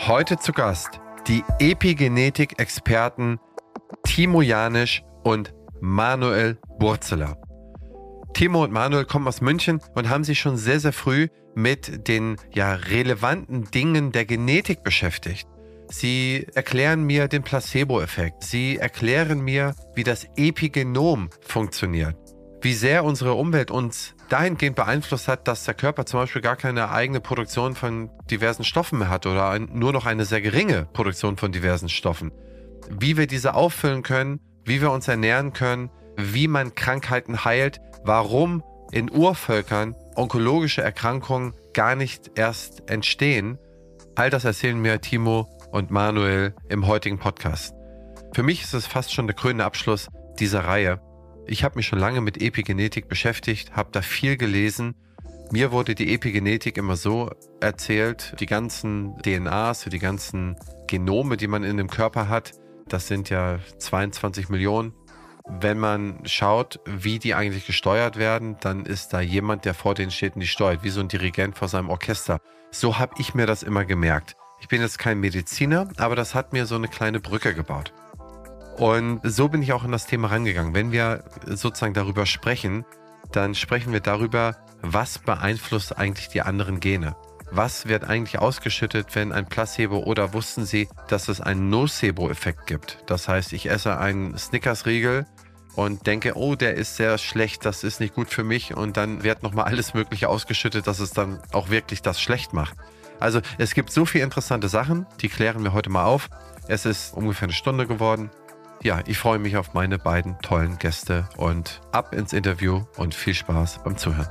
Heute zu Gast die Epigenetik-Experten Timo Janisch und Manuel Burzeler. Timo und Manuel kommen aus München und haben sich schon sehr, sehr früh mit den relevanten Dingen der Genetik beschäftigt. Sie erklären mir den Placebo-Effekt. Sie erklären mir, wie das Epigenom funktioniert. Wie sehr unsere Umwelt uns dahingehend beeinflusst hat, dass der Körper zum Beispiel gar keine eigene Produktion von diversen Stoffen mehr hat oder nur noch eine sehr geringe Produktion von diversen Stoffen. Wie wir diese auffüllen können, wie wir uns ernähren können, wie man Krankheiten heilt, warum in Urvölkern onkologische Erkrankungen gar nicht erst entstehen. All das erzählen mir Timo und Manuel im heutigen Podcast. Für mich ist es fast schon der krönende Abschluss dieser Reihe. Ich habe mich schon lange mit Epigenetik beschäftigt, habe da viel gelesen. Mir wurde die Epigenetik immer so erzählt, die ganzen DNAs, die ganzen Genome, die man in dem Körper hat, das sind ja 22 Millionen. Wenn man schaut, wie die eigentlich gesteuert werden, dann ist da jemand, der vor denen steht und die steuert, wie so ein Dirigent vor seinem Orchester. So habe ich mir das immer gemerkt. Ich bin jetzt kein Mediziner, aber das hat mir so eine kleine Brücke gebaut. Und so bin ich auch in das Thema rangegangen. Wenn wir sozusagen darüber sprechen, dann sprechen wir darüber, was beeinflusst eigentlich die anderen Gene? Was wird eigentlich ausgeschüttet, wenn ein Placebo oder wussten Sie, dass es einen Nocebo-Effekt gibt? Das heißt, ich esse einen Snickers-Riegel und denke, oh, der ist sehr schlecht, das ist nicht gut für mich und dann wird nochmal alles Mögliche ausgeschüttet, dass es dann auch wirklich das schlecht macht. Also es gibt so viele interessante Sachen, die klären wir heute mal auf. Es ist ungefähr eine Stunde geworden. Ja, ich freue mich auf meine beiden tollen Gäste und ab ins Interview und viel Spaß beim Zuhören.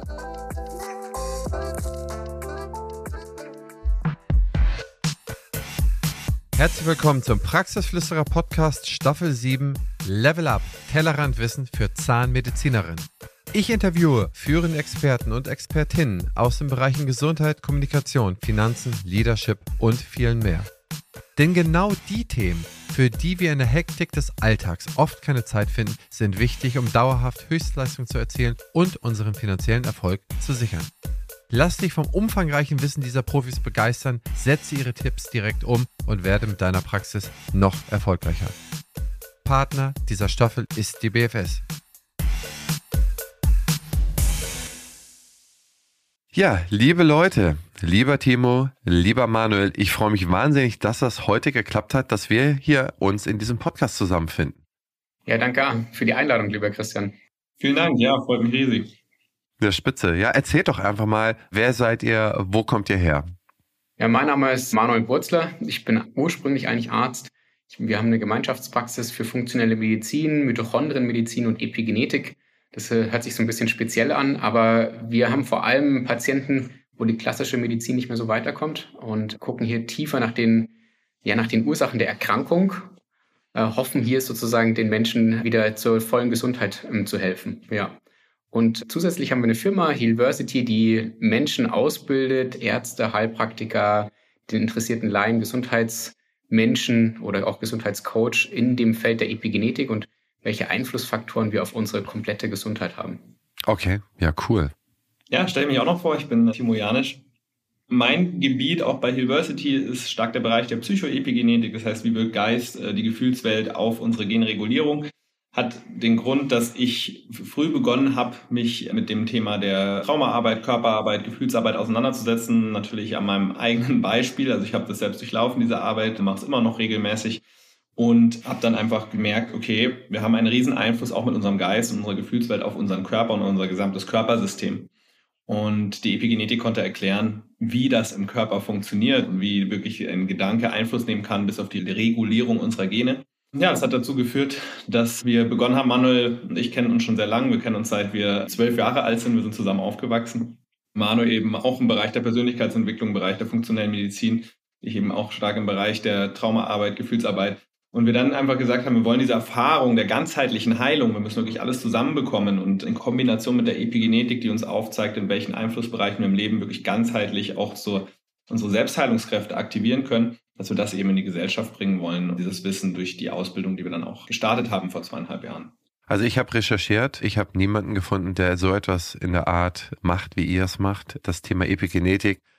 Herzlich willkommen zum Praxisflüsterer Podcast Staffel 7 Level Up Tellerrandwissen für Zahnmedizinerinnen. Ich interviewe führende Experten und Expertinnen aus den Bereichen Gesundheit, Kommunikation, Finanzen, Leadership und vielen mehr. Denn genau die Themen, für die wir in der Hektik des Alltags oft keine Zeit finden, sind wichtig, um dauerhaft Höchstleistung zu erzielen und unseren finanziellen Erfolg zu sichern. Lass dich vom umfangreichen Wissen dieser Profis begeistern, setze ihre Tipps direkt um und werde mit deiner Praxis noch erfolgreicher. Partner dieser Staffel ist die BFS. Ja, liebe Leute, lieber Timo, lieber Manuel, ich freue mich wahnsinnig, dass das heute geklappt hat, dass wir hier uns in diesem Podcast zusammenfinden. Ja, danke für die Einladung, lieber Christian. Vielen Dank, ja, freut mich riesig. Ja, spitze. Ja, erzählt doch einfach mal, wer seid ihr, wo kommt ihr her? Ja, mein Name ist Manuel Burzeler. Ich bin ursprünglich eigentlich Arzt. Wir haben eine Gemeinschaftspraxis für funktionelle Medizin, Mitochondrienmedizin und Epigenetik. Das hört sich so ein bisschen speziell an, aber wir haben vor allem Patienten, wo die klassische Medizin nicht mehr so weiterkommt und gucken hier tiefer nach den Ursachen der Erkrankung, hoffen hier sozusagen den Menschen wieder zur vollen Gesundheit zu helfen. Ja. Und zusätzlich haben wir eine Firma, Healversity, die Menschen ausbildet, Ärzte, Heilpraktiker, den interessierten Laien, Gesundheitsmenschen oder auch Gesundheitscoach in dem Feld der Epigenetik und welche Einflussfaktoren wir auf unsere komplette Gesundheit haben. Okay, ja, cool. Ja, stelle mich auch noch vor, ich bin Timo Janisch. Mein Gebiet auch bei Healversity ist stark der Bereich der Psychoepigenetik, das heißt, wie wirkt Geist, die Gefühlswelt auf unsere Genregulierung. Hat den Grund, dass ich früh begonnen habe, mich mit dem Thema der Traumaarbeit, Körperarbeit, Gefühlsarbeit auseinanderzusetzen. Natürlich an meinem eigenen Beispiel. Also ich habe das selbst durchlaufen, diese Arbeit, mache es immer noch regelmäßig. Und habe dann einfach gemerkt, okay, wir haben einen riesen Einfluss auch mit unserem Geist und unserer Gefühlswelt auf unseren Körper und unser gesamtes Körpersystem. Und die Epigenetik konnte erklären, wie das im Körper funktioniert und wie wirklich ein Gedanke Einfluss nehmen kann bis auf die Regulierung unserer Gene. Ja, das hat dazu geführt, dass wir begonnen haben, Manuel und ich kennen uns schon sehr lange. Wir kennen uns seit wir 12 Jahre alt sind. Wir sind zusammen aufgewachsen. Manuel eben auch im Bereich der Persönlichkeitsentwicklung, im Bereich der funktionellen Medizin. Ich eben auch stark im Bereich der Traumaarbeit, Gefühlsarbeit. Und wir dann einfach gesagt haben, wir wollen diese Erfahrung der ganzheitlichen Heilung, wir müssen wirklich alles zusammenbekommen und in Kombination mit der Epigenetik, die uns aufzeigt, in welchen Einflussbereichen wir im Leben wirklich ganzheitlich auch so unsere Selbstheilungskräfte aktivieren können, dass wir das eben in die Gesellschaft bringen wollen und dieses Wissen durch die Ausbildung, die wir dann auch gestartet haben vor 2,5 Jahren. Also ich habe recherchiert, ich habe niemanden gefunden, der so etwas in der Art macht, wie ihr es macht. Das Thema Epigenetik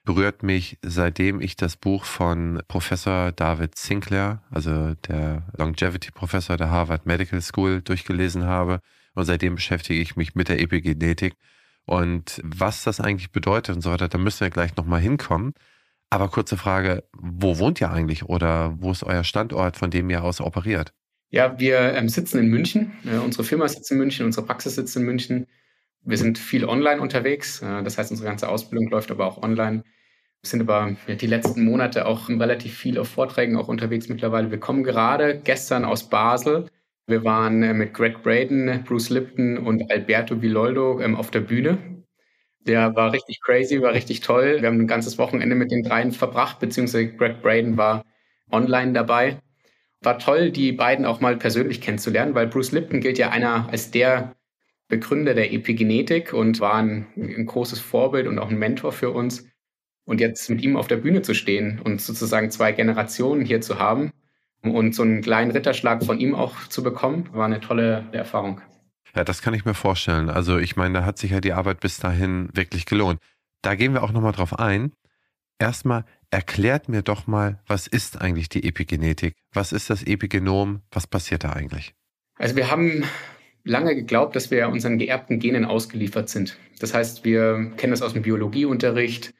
berührt mich, seitdem ich das Buch von Professor David Sinclair, also der Longevity-Professor der Harvard Medical School, durchgelesen habe. Und seitdem beschäftige ich mich mit der Epigenetik. Und was das eigentlich bedeutet und so weiter, da müssen wir gleich nochmal hinkommen. Aber kurze Frage, wo wohnt ihr eigentlich oder wo ist euer Standort, von dem ihr aus operiert? Ja, wir sitzen in München. Unsere Firma sitzt in München, unsere Praxis sitzt in München. Wir sind viel online unterwegs. Das heißt, unsere ganze Ausbildung läuft aber auch online. Wir sind aber die letzten Monate auch relativ viel auf Vorträgen auch unterwegs mittlerweile. Wir kommen gerade gestern aus Basel. Wir waren mit Greg Braden, Bruce Lipton und Alberto Villoldo auf der Bühne. Der war richtig crazy, war richtig toll. Wir haben ein ganzes Wochenende mit den dreien verbracht, beziehungsweise Greg Braden war online dabei. War toll, die beiden auch mal persönlich kennenzulernen, weil Bruce Lipton gilt ja als der Begründer der Epigenetik und war ein großes Vorbild und auch ein Mentor für uns. Und jetzt mit ihm auf der Bühne zu stehen und sozusagen 2 Generationen hier zu haben und so einen kleinen Ritterschlag von ihm auch zu bekommen, war eine tolle Erfahrung. Ja, das kann ich mir vorstellen. Also ich meine, da hat sich ja die Arbeit bis dahin wirklich gelohnt. Da gehen wir auch nochmal drauf ein. Erstmal erklärt mir doch mal, was ist eigentlich die Epigenetik? Was ist das Epigenom? Was passiert da eigentlich? Also wir haben lange geglaubt, dass wir unseren geerbten Genen ausgeliefert sind. Das heißt, wir kennen das aus dem Biologieunterricht.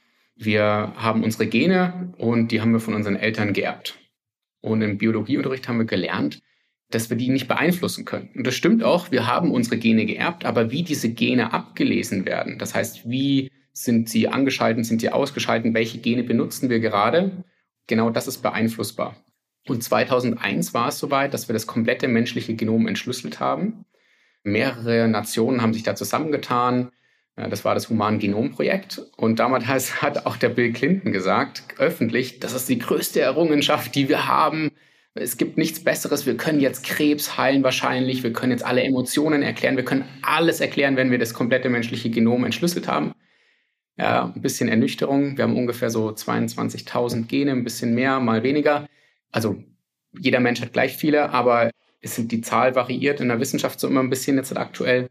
Wir haben unsere Gene und die haben wir von unseren Eltern geerbt. Und im Biologieunterricht haben wir gelernt, dass wir die nicht beeinflussen können. Und das stimmt auch, wir haben unsere Gene geerbt, aber wie diese Gene abgelesen werden, das heißt, wie sind sie angeschaltet, sind sie ausgeschaltet, welche Gene benutzen wir gerade, genau das ist beeinflussbar. Und 2001 war es soweit, dass wir das komplette menschliche Genom entschlüsselt haben. Mehrere Nationen haben sich da zusammengetan. Das war das Human-Genom-Projekt. Und damals hat auch der Bill Clinton gesagt, öffentlich, das ist die größte Errungenschaft, die wir haben. Es gibt nichts Besseres. Wir können jetzt Krebs heilen wahrscheinlich. Wir können jetzt alle Emotionen erklären. Wir können alles erklären, wenn wir das komplette menschliche Genom entschlüsselt haben. Ja, ein bisschen Ernüchterung. Wir haben ungefähr so 22.000 Gene, ein bisschen mehr, mal weniger. Also jeder Mensch hat gleich viele, aber die Zahl variiert in der Wissenschaft so immer ein bisschen jetzt aktuell.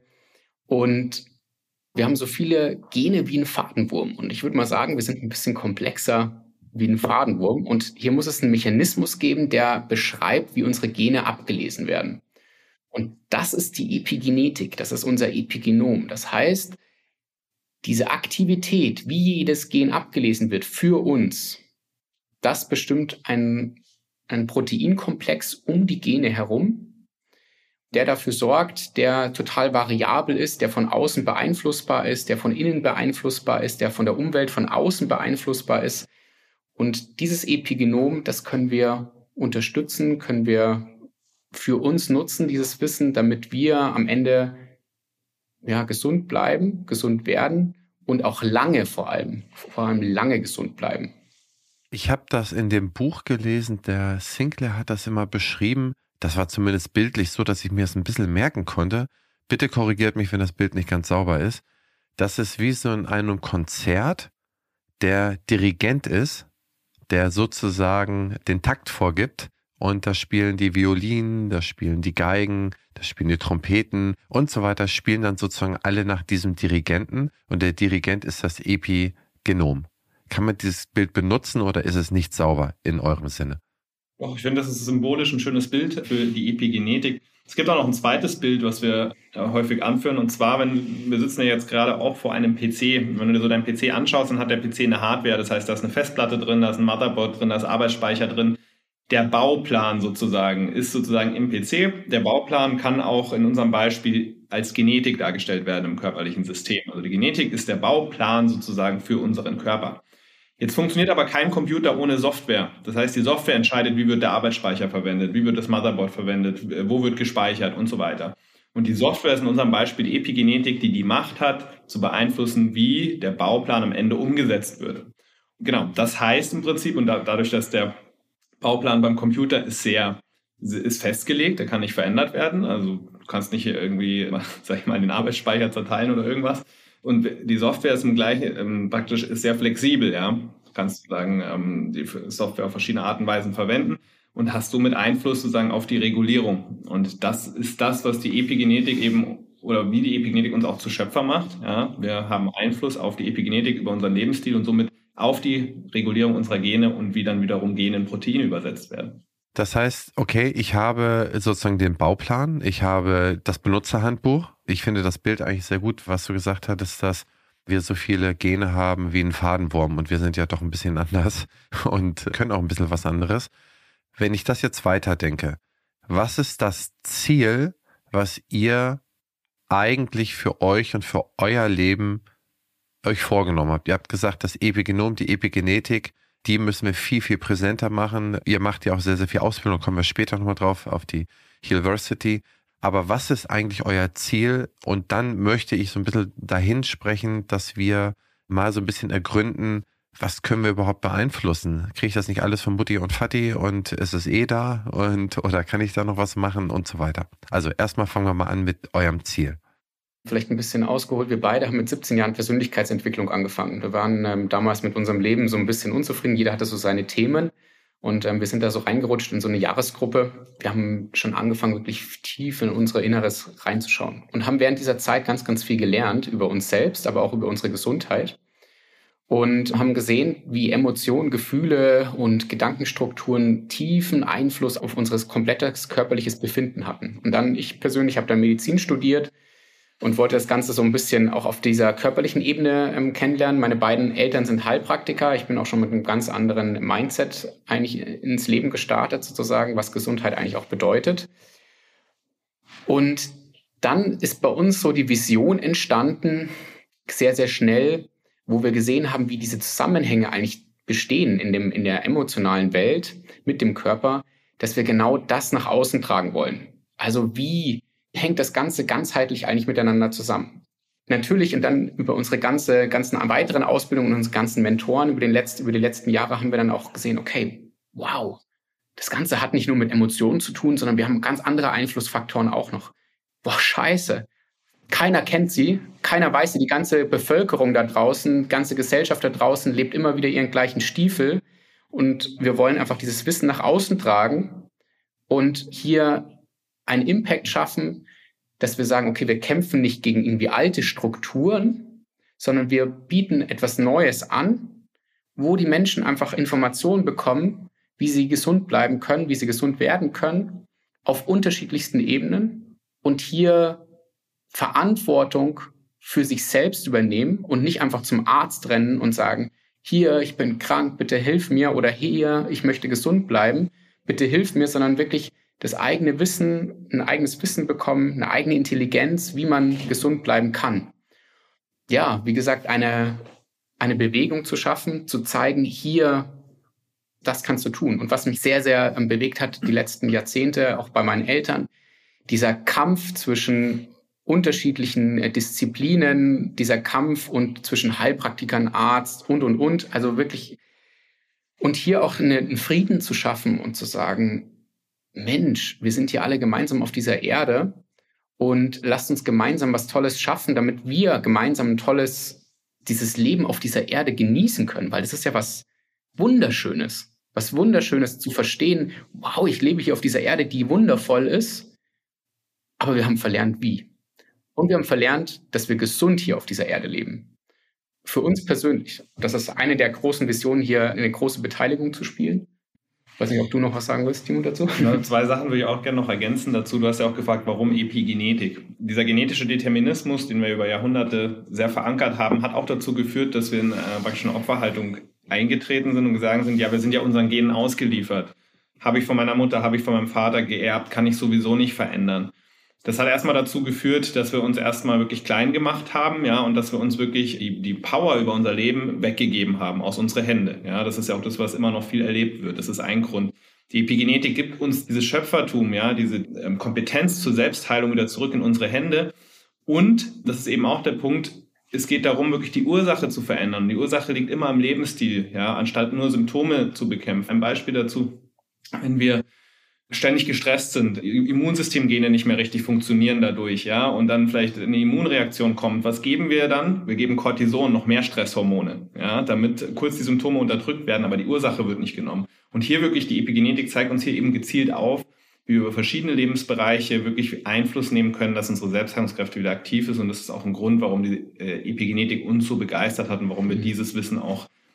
Und wir haben so viele Gene wie ein Fadenwurm. Und ich würde mal sagen, wir sind ein bisschen komplexer wie ein Fadenwurm. Und hier muss es einen Mechanismus geben, der beschreibt, wie unsere Gene abgelesen werden. Und das ist die Epigenetik, das ist unser Epigenom. Das heißt, diese Aktivität, wie jedes Gen abgelesen wird für uns, das bestimmt ein Proteinkomplex um die Gene herum, der dafür sorgt, der total variabel ist, der von außen beeinflussbar ist, der von innen beeinflussbar ist, der von der Umwelt von außen beeinflussbar ist. Und dieses Epigenom, das können wir unterstützen, können wir für uns nutzen, dieses Wissen, damit wir am Ende gesund bleiben, gesund werden und auch lange vor allem lange gesund bleiben. Ich habe das in dem Buch gelesen, der Sinclair hat das immer beschrieben. Das war zumindest bildlich so, dass ich mir das ein bisschen merken konnte. Bitte korrigiert mich, wenn das Bild nicht ganz sauber ist. Das ist wie so in einem Konzert, der Dirigent ist, der sozusagen den Takt vorgibt. Und da spielen die Violinen, da spielen die Geigen, da spielen die Trompeten und so weiter, spielen dann sozusagen alle nach diesem Dirigenten. Und der Dirigent ist das Epigenom. Kann man dieses Bild benutzen oder ist es nicht sauber in eurem Sinne? Ich finde, das ist symbolisch ein schönes Bild für die Epigenetik. Es gibt auch noch ein zweites Bild, was wir häufig anführen. Und zwar, wir sitzen ja jetzt gerade auch vor einem PC. Wenn du dir so deinen PC anschaust, dann hat der PC eine Hardware. Das heißt, da ist eine Festplatte drin, da ist ein Motherboard drin, da ist Arbeitsspeicher drin. Der Bauplan sozusagen ist sozusagen im PC. Der Bauplan kann auch in unserem Beispiel als Genetik dargestellt werden im körperlichen System. Also die Genetik ist der Bauplan sozusagen für unseren Körper. Jetzt funktioniert aber kein Computer ohne Software. Das heißt, die Software entscheidet, wie wird der Arbeitsspeicher verwendet, wie wird das Motherboard verwendet, wo wird gespeichert und so weiter. Und die Software ist in unserem Beispiel die Epigenetik, die die Macht hat, zu beeinflussen, wie der Bauplan am Ende umgesetzt wird. Genau, das heißt im Prinzip, und dadurch, dass der Bauplan beim Computer ist festgelegt, der kann nicht verändert werden. Also du kannst nicht hier irgendwie, sag ich mal, den Arbeitsspeicher zerteilen oder irgendwas. Und die Software ist praktisch ist sehr flexibel, ja. Du kannst sozusagen die Software auf verschiedene Arten und Weisen verwenden und hast somit Einfluss sozusagen auf die Regulierung. Und das ist das, was die Epigenetik oder wie die Epigenetik uns auch zu Schöpfer macht. Ja. Wir haben Einfluss auf die Epigenetik über unseren Lebensstil und somit auf die Regulierung unserer Gene und wie dann wiederum Gene in Proteine übersetzt werden. Das heißt, okay, ich habe sozusagen den Bauplan, ich habe das Benutzerhandbuch. Ich finde das Bild eigentlich sehr gut, was du gesagt hattest, dass wir so viele Gene haben wie ein Fadenwurm und wir sind ja doch ein bisschen anders und können auch ein bisschen was anderes. Wenn ich das jetzt weiterdenke, was ist das Ziel, was ihr eigentlich für euch und für euer Leben euch vorgenommen habt? Ihr habt gesagt, das Epigenom, die Epigenetik, die müssen wir viel, viel präsenter machen. Ihr macht ja auch sehr, sehr viel Ausbildung, kommen wir später nochmal drauf, auf die Healversity. Aber was ist eigentlich euer Ziel? Und dann möchte ich so ein bisschen dahin sprechen, dass wir mal so ein bisschen ergründen, was können wir überhaupt beeinflussen? Kriege ich das nicht alles von Mutti und Vati und ist es da? Oder kann ich da noch was machen und so weiter? Also erstmal fangen wir mal an mit eurem Ziel. Vielleicht ein bisschen ausgeholt. Wir beide haben mit 17 Jahren Persönlichkeitsentwicklung angefangen. Wir waren damals mit unserem Leben so ein bisschen unzufrieden. Jeder hatte so seine Themen. Und wir sind da so reingerutscht in so eine Jahresgruppe. Wir haben schon angefangen, wirklich tief in unser Inneres reinzuschauen. Und haben während dieser Zeit ganz, ganz viel gelernt über uns selbst, aber auch über unsere Gesundheit. Und haben gesehen, wie Emotionen, Gefühle und Gedankenstrukturen tiefen Einfluss auf unser komplettes körperliches Befinden hatten. Und dann, ich persönlich habe dann Medizin studiert, und wollte das Ganze so ein bisschen auch auf dieser körperlichen Ebene kennenlernen. Meine beiden Eltern sind Heilpraktiker. Ich bin auch schon mit einem ganz anderen Mindset eigentlich ins Leben gestartet, sozusagen, was Gesundheit eigentlich auch bedeutet. Und dann ist bei uns so die Vision entstanden, sehr, sehr schnell, wo wir gesehen haben, wie diese Zusammenhänge eigentlich bestehen in der emotionalen Welt mit dem Körper, dass wir genau das nach außen tragen wollen. Also wie hängt das Ganze ganzheitlich eigentlich miteinander zusammen? Natürlich, und dann über unsere ganzen weiteren Ausbildungen und unsere ganzen Mentoren über die letzten Jahre haben wir dann auch gesehen, okay, wow, das Ganze hat nicht nur mit Emotionen zu tun, sondern wir haben ganz andere Einflussfaktoren auch noch. Boah, scheiße. Keiner kennt sie, keiner weiß sie. Die ganze Bevölkerung da draußen, ganze Gesellschaft da draußen lebt immer wieder ihren gleichen Stiefel. Und wir wollen einfach dieses Wissen nach außen tragen und hier einen Impact schaffen, dass wir sagen, okay, wir kämpfen nicht gegen irgendwie alte Strukturen, sondern wir bieten etwas Neues an, wo die Menschen einfach Informationen bekommen, wie sie gesund bleiben können, wie sie gesund werden können, auf unterschiedlichsten Ebenen und hier Verantwortung für sich selbst übernehmen und nicht einfach zum Arzt rennen und sagen, hier, ich bin krank, bitte hilf mir, oder hier, ich möchte gesund bleiben, bitte hilf mir, sondern wirklich das eigene Wissen, ein eigenes Wissen bekommen, eine eigene Intelligenz, wie man gesund bleiben kann. Ja, wie gesagt, eine Bewegung zu schaffen, zu zeigen, hier, das kannst du tun. Und was mich sehr, sehr bewegt hat, die letzten Jahrzehnte, auch bei meinen Eltern, dieser Kampf zwischen unterschiedlichen Disziplinen, dieser Kampf und zwischen Heilpraktikern, Arzt und. Also wirklich, und hier auch einen Frieden zu schaffen und zu sagen, Mensch, wir sind hier alle gemeinsam auf dieser Erde und lasst uns gemeinsam was Tolles schaffen, damit wir gemeinsam dieses Leben auf dieser Erde genießen können, weil das ist ja was Wunderschönes zu verstehen. Wow, ich lebe hier auf dieser Erde, die wundervoll ist, aber wir haben verlernt, wie. Und wir haben verlernt, dass wir gesund hier auf dieser Erde leben. Für uns persönlich, das ist eine der großen Visionen, hier eine große Beteiligung zu spielen. Ich weiß nicht, ob du noch was sagen willst, Timo, dazu? Ja, 2 Sachen würde ich auch gerne noch ergänzen dazu. Du hast ja auch gefragt, warum Epigenetik? Dieser genetische Determinismus, den wir über Jahrhunderte sehr verankert haben, hat auch dazu geführt, dass wir in praktisch eine Opferhaltung eingetreten sind und gesagt sind, ja, wir sind ja unseren Genen ausgeliefert. Habe ich von meiner Mutter, habe ich von meinem Vater geerbt, kann ich sowieso nicht verändern. Das hat erstmal dazu geführt, dass wir uns erstmal wirklich klein gemacht haben, ja, und dass wir uns wirklich die Power über unser Leben weggegeben haben aus unsere Hände. Ja, das ist ja auch das, was immer noch viel erlebt wird. Das ist ein Grund. Die Epigenetik gibt uns dieses Schöpfertum, ja, diese Kompetenz zur Selbstheilung wieder zurück in unsere Hände. Und das ist eben auch der Punkt, es geht darum, wirklich die Ursache zu verändern. Die Ursache liegt immer im Lebensstil, ja, anstatt nur Symptome zu bekämpfen. Ein Beispiel dazu, wenn wir ständig gestresst sind, Immunsystemgene nicht mehr richtig funktionieren dadurch, ja, und dann vielleicht eine Immunreaktion kommt. Was geben wir dann? Wir geben Cortison, noch mehr Stresshormone, ja, damit kurz die Symptome unterdrückt werden, aber die Ursache wird nicht genommen. Und hier wirklich die Epigenetik zeigt uns hier eben gezielt auf, wie wir über verschiedene Lebensbereiche wirklich Einfluss nehmen können, dass unsere Selbstheilungskräfte wieder aktiv ist. Und das ist auch ein Grund, warum die Epigenetik uns so begeistert hat und warum wir dieses Wissen auch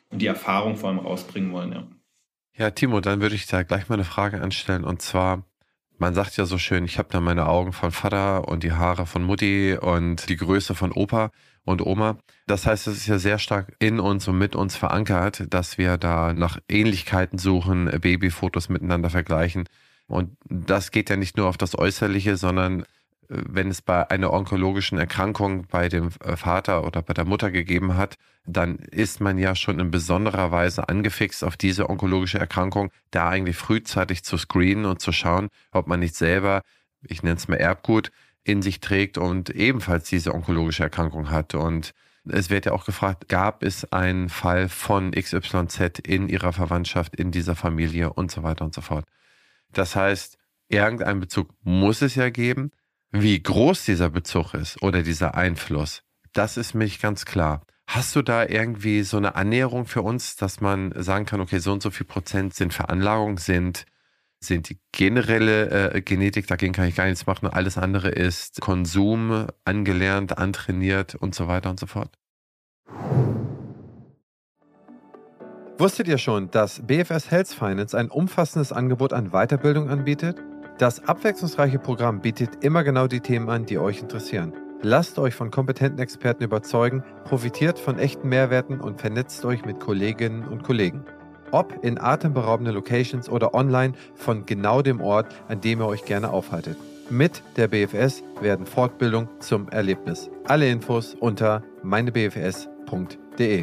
und die Erfahrung vor allem rausbringen wollen, ja. Ja, Timo, dann würde ich da gleich mal eine Frage anstellen. Und zwar, man sagt ja so schön, ich habe da meine Augen von Vater und die Haare von Mutti und die Größe von Opa und Oma. Das heißt, es ist ja sehr stark in uns und mit uns verankert, dass wir da nach Ähnlichkeiten suchen, Babyfotos miteinander vergleichen. Und das geht ja nicht nur auf das Äußerliche, sondern wenn es bei einer onkologischen Erkrankung bei dem Vater oder bei der Mutter gegeben hat, dann ist man ja schon in besonderer Weise angefixt auf diese onkologische Erkrankung, da eigentlich frühzeitig zu screenen und zu schauen, ob man nicht selber, ich nenne es mal Erbgut, in sich trägt und ebenfalls diese onkologische Erkrankung hat. Und es wird ja auch gefragt, gab es einen Fall von XYZ in ihrer Verwandtschaft, in dieser Familie und so weiter und so fort. Das heißt, irgendeinen Bezug muss es ja geben. Wie groß dieser Bezug ist oder dieser Einfluss, das ist mir nicht ganz klar. Hast du da irgendwie so eine Annäherung für uns, dass man sagen kann, okay, so und so viel Prozent sind Veranlagung, sind die generelle Genetik, dagegen kann ich gar nichts machen, alles andere ist Konsum, angelernt, antrainiert und so weiter und so fort? Wusstet ihr schon, dass BFS Health Finance ein umfassendes Angebot an Weiterbildung anbietet? Das abwechslungsreiche Programm bietet immer genau die Themen an, die euch interessieren. Lasst euch von kompetenten Experten überzeugen, profitiert von echten Mehrwerten und vernetzt euch mit Kolleginnen und Kollegen. Ob in atemberaubenden Locations oder online von genau dem Ort, an dem ihr euch gerne aufhaltet. Mit der BFS werden Fortbildung zum Erlebnis. Alle Infos unter meinebfs.de.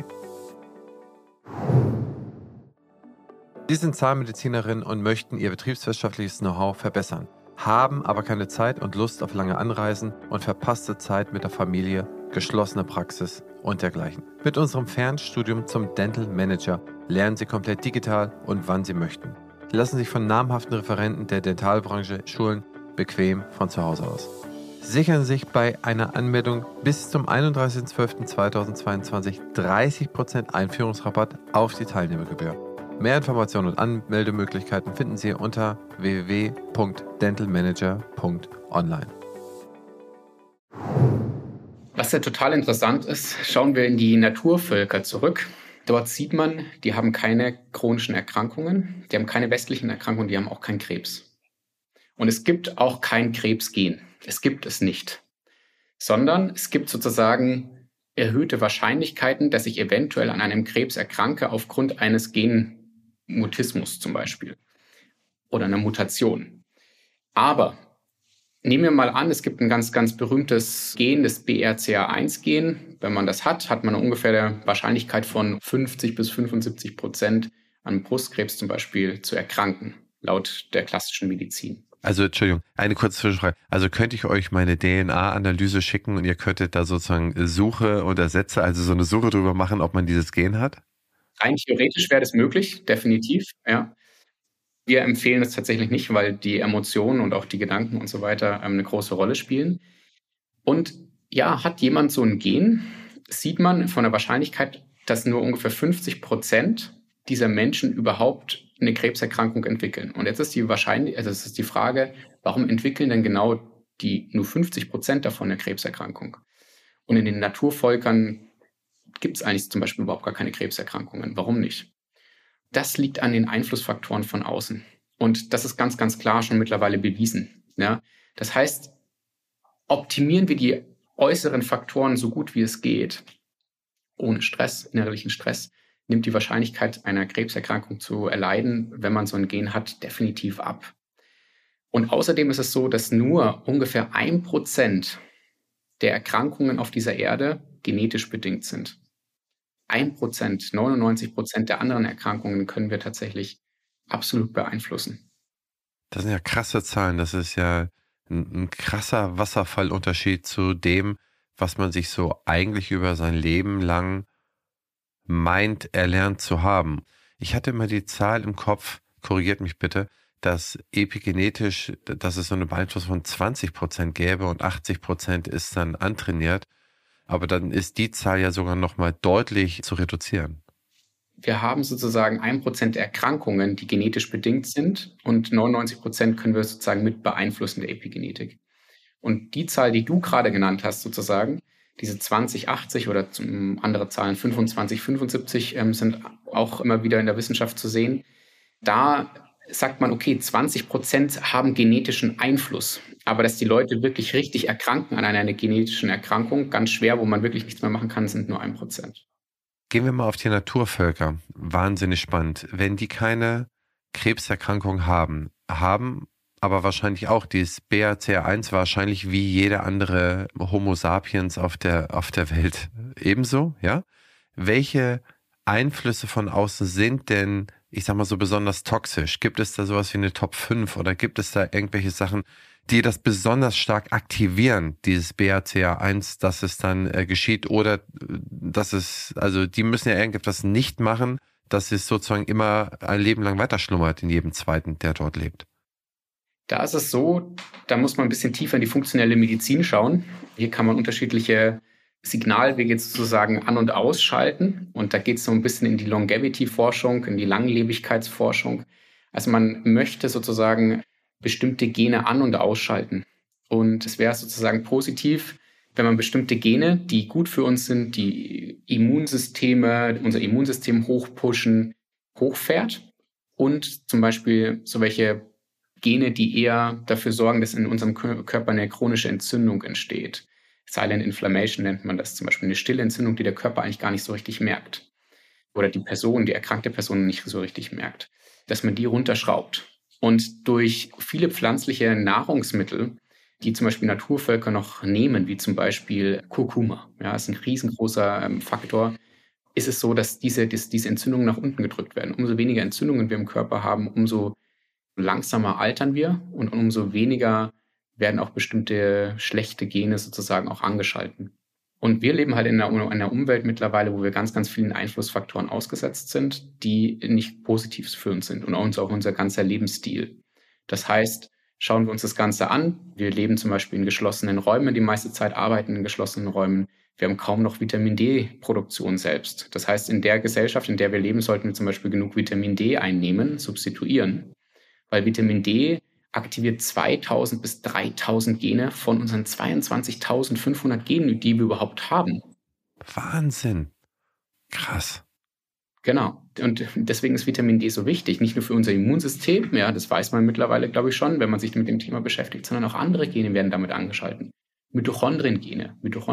Sie sind Zahnmedizinerin und möchten ihr betriebswirtschaftliches Know-how verbessern, haben aber keine Zeit und Lust auf lange Anreisen und verpasste Zeit mit der Familie, geschlossene Praxis und dergleichen. Mit unserem Fernstudium zum Dental Manager lernen Sie komplett digital und wann Sie möchten. Lassen sich von namhaften Referenten der Dentalbranche schulen, bequem von zu Hause aus. Sichern sich bei einer Anmeldung bis zum 31.12.2022 30% Einführungsrabatt auf die Teilnehmergebühr. Mehr Informationen und Anmeldemöglichkeiten finden Sie unter www.dentalmanager.online. Was ja total interessant ist, schauen wir in die Naturvölker zurück. Dort sieht man, die haben keine chronischen Erkrankungen, die haben keine westlichen Erkrankungen, die haben auch keinen Krebs. Und es gibt auch kein Krebsgen. Es gibt es nicht. Sondern es gibt sozusagen erhöhte Wahrscheinlichkeiten, dass ich eventuell an einem Krebs erkranke aufgrund eines Genmutismus zum Beispiel oder einer Mutation. Aber nehmen wir mal an, es gibt ein ganz, ganz berühmtes Gen, das BRCA1-Gen. Wenn man das hat, hat man eine ungefähr Wahrscheinlichkeit von 50 bis 75% an Brustkrebs zum Beispiel zu erkranken, laut der klassischen Medizin. Also, Entschuldigung, eine kurze Zwischenfrage. Also könnte ich euch meine DNA-Analyse schicken und ihr könntet da sozusagen Suche oder Sätze, also so eine Suche drüber machen, ob man dieses Gen hat? Rein theoretisch wäre das möglich, definitiv, ja. Wir empfehlen es tatsächlich nicht, weil die Emotionen und auch die Gedanken und so weiter eine große Rolle spielen. Und ja, hat jemand so ein Gen, sieht man von der Wahrscheinlichkeit, dass nur ungefähr 50% dieser Menschen überhaupt eine Krebserkrankung entwickeln. Und jetzt ist die Frage, warum entwickeln denn genau die nur 50% davon eine Krebserkrankung? Und in den Naturvölkern gibt es eigentlich zum Beispiel überhaupt gar keine Krebserkrankungen. Warum nicht? Das liegt an den Einflussfaktoren von außen. Und das ist ganz, ganz klar schon mittlerweile bewiesen. Ja? Das heißt, optimieren wir die äußeren Faktoren so gut wie es geht, ohne Stress, innerlichen Stress, nimmt die Wahrscheinlichkeit einer Krebserkrankung zu erleiden, wenn man so ein Gen hat, definitiv ab. Und außerdem ist es so, dass nur ungefähr 1% der Erkrankungen auf dieser Erde genetisch bedingt sind. 1%, 99% der anderen Erkrankungen können wir tatsächlich absolut beeinflussen. Das sind ja krasse Zahlen. Das ist ja ein krasser Wasserfallunterschied zu dem, was man sich so eigentlich über sein Leben lang meint, erlernt zu haben. Ich hatte immer die Zahl im Kopf, korrigiert mich bitte, dass epigenetisch, dass es so eine Beeinflussung von 20% gäbe und 80% ist dann antrainiert. Aber dann ist die Zahl ja sogar nochmal deutlich zu reduzieren. Wir haben sozusagen 1% der Erkrankungen, die genetisch bedingt sind, und 99% können wir sozusagen mit beeinflussen der Epigenetik. Und die Zahl, die du gerade genannt hast sozusagen, Diese 20/80 oder andere Zahlen 25/75 sind auch immer wieder in der Wissenschaft zu sehen. Da sagt man, okay, 20% haben genetischen Einfluss. Aber dass die Leute wirklich richtig erkranken an einer genetischen Erkrankung, ganz schwer, wo man wirklich nichts mehr machen kann, sind nur 1%. Gehen wir mal auf die Naturvölker. Wahnsinnig spannend. Wenn die keine Krebserkrankung haben aber wahrscheinlich auch dieses BRCA1 wahrscheinlich wie jede andere Homo sapiens auf der Welt ebenso, ja? Welche Einflüsse von außen sind denn, ich sag mal so, besonders toxisch? Gibt es da sowas wie eine Top 5 oder gibt es da irgendwelche Sachen, die das besonders stark aktivieren, dieses BRCA1, dass es dann geschieht, oder dass es, also die müssen ja irgendetwas nicht machen, dass es sozusagen immer ein Leben lang weiter schlummert in jedem Zweiten, der dort lebt? Da ist es so, da muss man ein bisschen tiefer in die funktionelle Medizin schauen. Hier kann man unterschiedliche Signalwege sozusagen an- und ausschalten. Und da geht es so ein bisschen in die Longevity-Forschung, in die Langlebigkeitsforschung. Also man möchte sozusagen bestimmte Gene an- und ausschalten. Und es wäre sozusagen positiv, wenn man bestimmte Gene, die gut für uns sind, die unser Immunsystem hochpushen, hochfährt. Und zum Beispiel so welche Gene, die eher dafür sorgen, dass in unserem Körper eine chronische Entzündung entsteht. Silent Inflammation nennt man das, zum Beispiel eine stille Entzündung, die der Körper eigentlich gar nicht so richtig merkt. Oder die erkrankte Person nicht so richtig merkt. Dass man die runterschraubt. Und durch viele pflanzliche Nahrungsmittel, die zum Beispiel Naturvölker noch nehmen, wie zum Beispiel Kurkuma, ja, ist ein riesengroßer Faktor, ist es so, dass diese Entzündungen nach unten gedrückt werden. Umso weniger Entzündungen wir im Körper haben, umso langsamer altern wir und umso weniger werden auch bestimmte schlechte Gene sozusagen auch angeschalten. Und wir leben halt in einer Umwelt mittlerweile, wo wir ganz, ganz vielen Einflussfaktoren ausgesetzt sind, die nicht positiv für uns sind und auch unser ganzer Lebensstil. Das heißt, schauen wir uns das Ganze an. Wir leben zum Beispiel in geschlossenen Räumen, die meiste Zeit arbeiten in geschlossenen Räumen. Wir haben kaum noch Vitamin D-Produktion selbst. Das heißt, in der Gesellschaft, in der wir leben, sollten wir zum Beispiel genug Vitamin D einnehmen, substituieren. Weil Vitamin D aktiviert 2000 bis 3000 Gene von unseren 22.500 Genen, die wir überhaupt haben. Wahnsinn. Krass. Genau. Und deswegen ist Vitamin D so wichtig. Nicht nur für unser Immunsystem, ja, das weiß man mittlerweile, glaube ich schon, wenn man sich mit dem Thema beschäftigt, sondern auch andere Gene werden damit angeschalten. Mitochondriengene.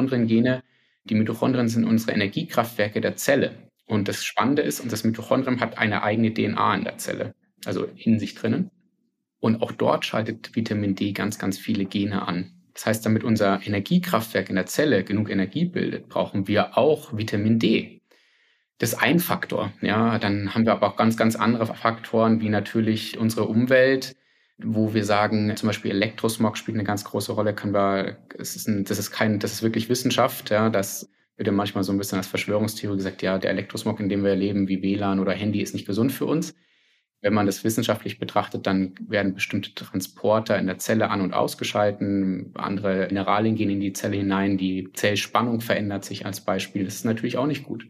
Die Mitochondrien sind unsere Energiekraftwerke der Zelle. Und das Spannende ist, das Mitochondrium hat eine eigene DNA in der Zelle. Also in sich drinnen. Und auch dort schaltet Vitamin D ganz, ganz viele Gene an. Das heißt, damit unser Energiekraftwerk in der Zelle genug Energie bildet, brauchen wir auch Vitamin D. Das ist ein Faktor. Ja, dann haben wir aber auch ganz, ganz andere Faktoren, wie natürlich unsere Umwelt, wo wir sagen, zum Beispiel Elektrosmog spielt eine ganz große Rolle. Das ist wirklich Wissenschaft. Ja, das wird ja manchmal so ein bisschen als Verschwörungstheorie gesagt, ja, der Elektrosmog, in dem wir leben, wie WLAN oder Handy, ist nicht gesund für uns. Wenn man das wissenschaftlich betrachtet, dann werden bestimmte Transporter in der Zelle an- und ausgeschalten, andere Mineralien gehen in die Zelle hinein, die Zellspannung verändert sich als Beispiel. Das ist natürlich auch nicht gut.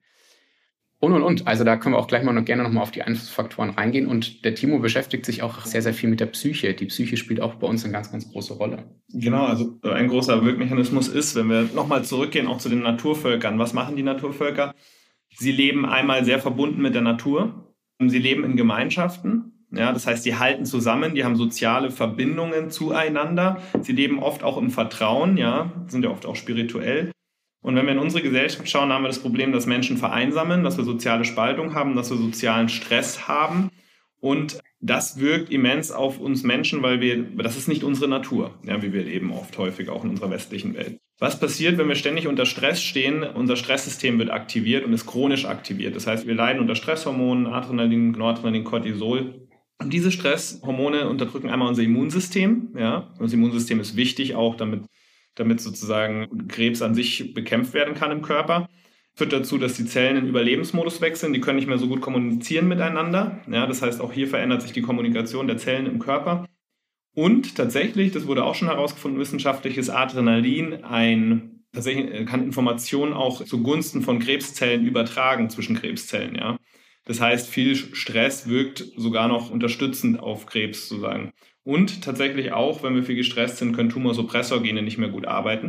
Und. Also da können wir auch gleich gerne noch mal auf die Einflussfaktoren reingehen. Und der Timo beschäftigt sich auch sehr, sehr viel mit der Psyche. Die Psyche spielt auch bei uns eine ganz, ganz große Rolle. Genau, also ein großer Wirkmechanismus ist, wenn wir nochmal zurückgehen, auch zu den Naturvölkern. Was machen die Naturvölker? Sie leben einmal sehr verbunden mit der Natur. Sie leben in Gemeinschaften, ja, das heißt, die halten zusammen, die haben soziale Verbindungen zueinander. Sie leben oft auch im Vertrauen, ja, sind ja oft auch spirituell. Und wenn wir in unsere Gesellschaft schauen, haben wir das Problem, dass Menschen vereinsamen, dass wir soziale Spaltung haben, dass wir sozialen Stress haben. Und das wirkt immens auf uns Menschen, weil das ist nicht unsere Natur, ja, wie wir leben oft häufig auch in unserer westlichen Welt. Was passiert, wenn wir ständig unter Stress stehen? Unser Stresssystem wird aktiviert und ist chronisch aktiviert. Das heißt, wir leiden unter Stresshormonen, Adrenalin, Noradrenalin, Cortisol. Und diese Stresshormone unterdrücken einmal unser Immunsystem. Ja? Das Immunsystem ist wichtig auch, damit sozusagen Krebs an sich bekämpft werden kann im Körper. Führt dazu, dass die Zellen in Überlebensmodus wechseln. Die können nicht mehr so gut kommunizieren miteinander. Ja? Das heißt, auch hier verändert sich die Kommunikation der Zellen im Körper. Und tatsächlich, das wurde auch schon herausgefunden, wissenschaftliches Adrenalin tatsächlich kann Informationen auch zugunsten von Krebszellen übertragen zwischen Krebszellen, ja. Das heißt, viel Stress wirkt sogar noch unterstützend auf Krebs sozusagen. Und tatsächlich auch, wenn wir viel gestresst sind, können Tumorsuppressorgene nicht mehr gut arbeiten.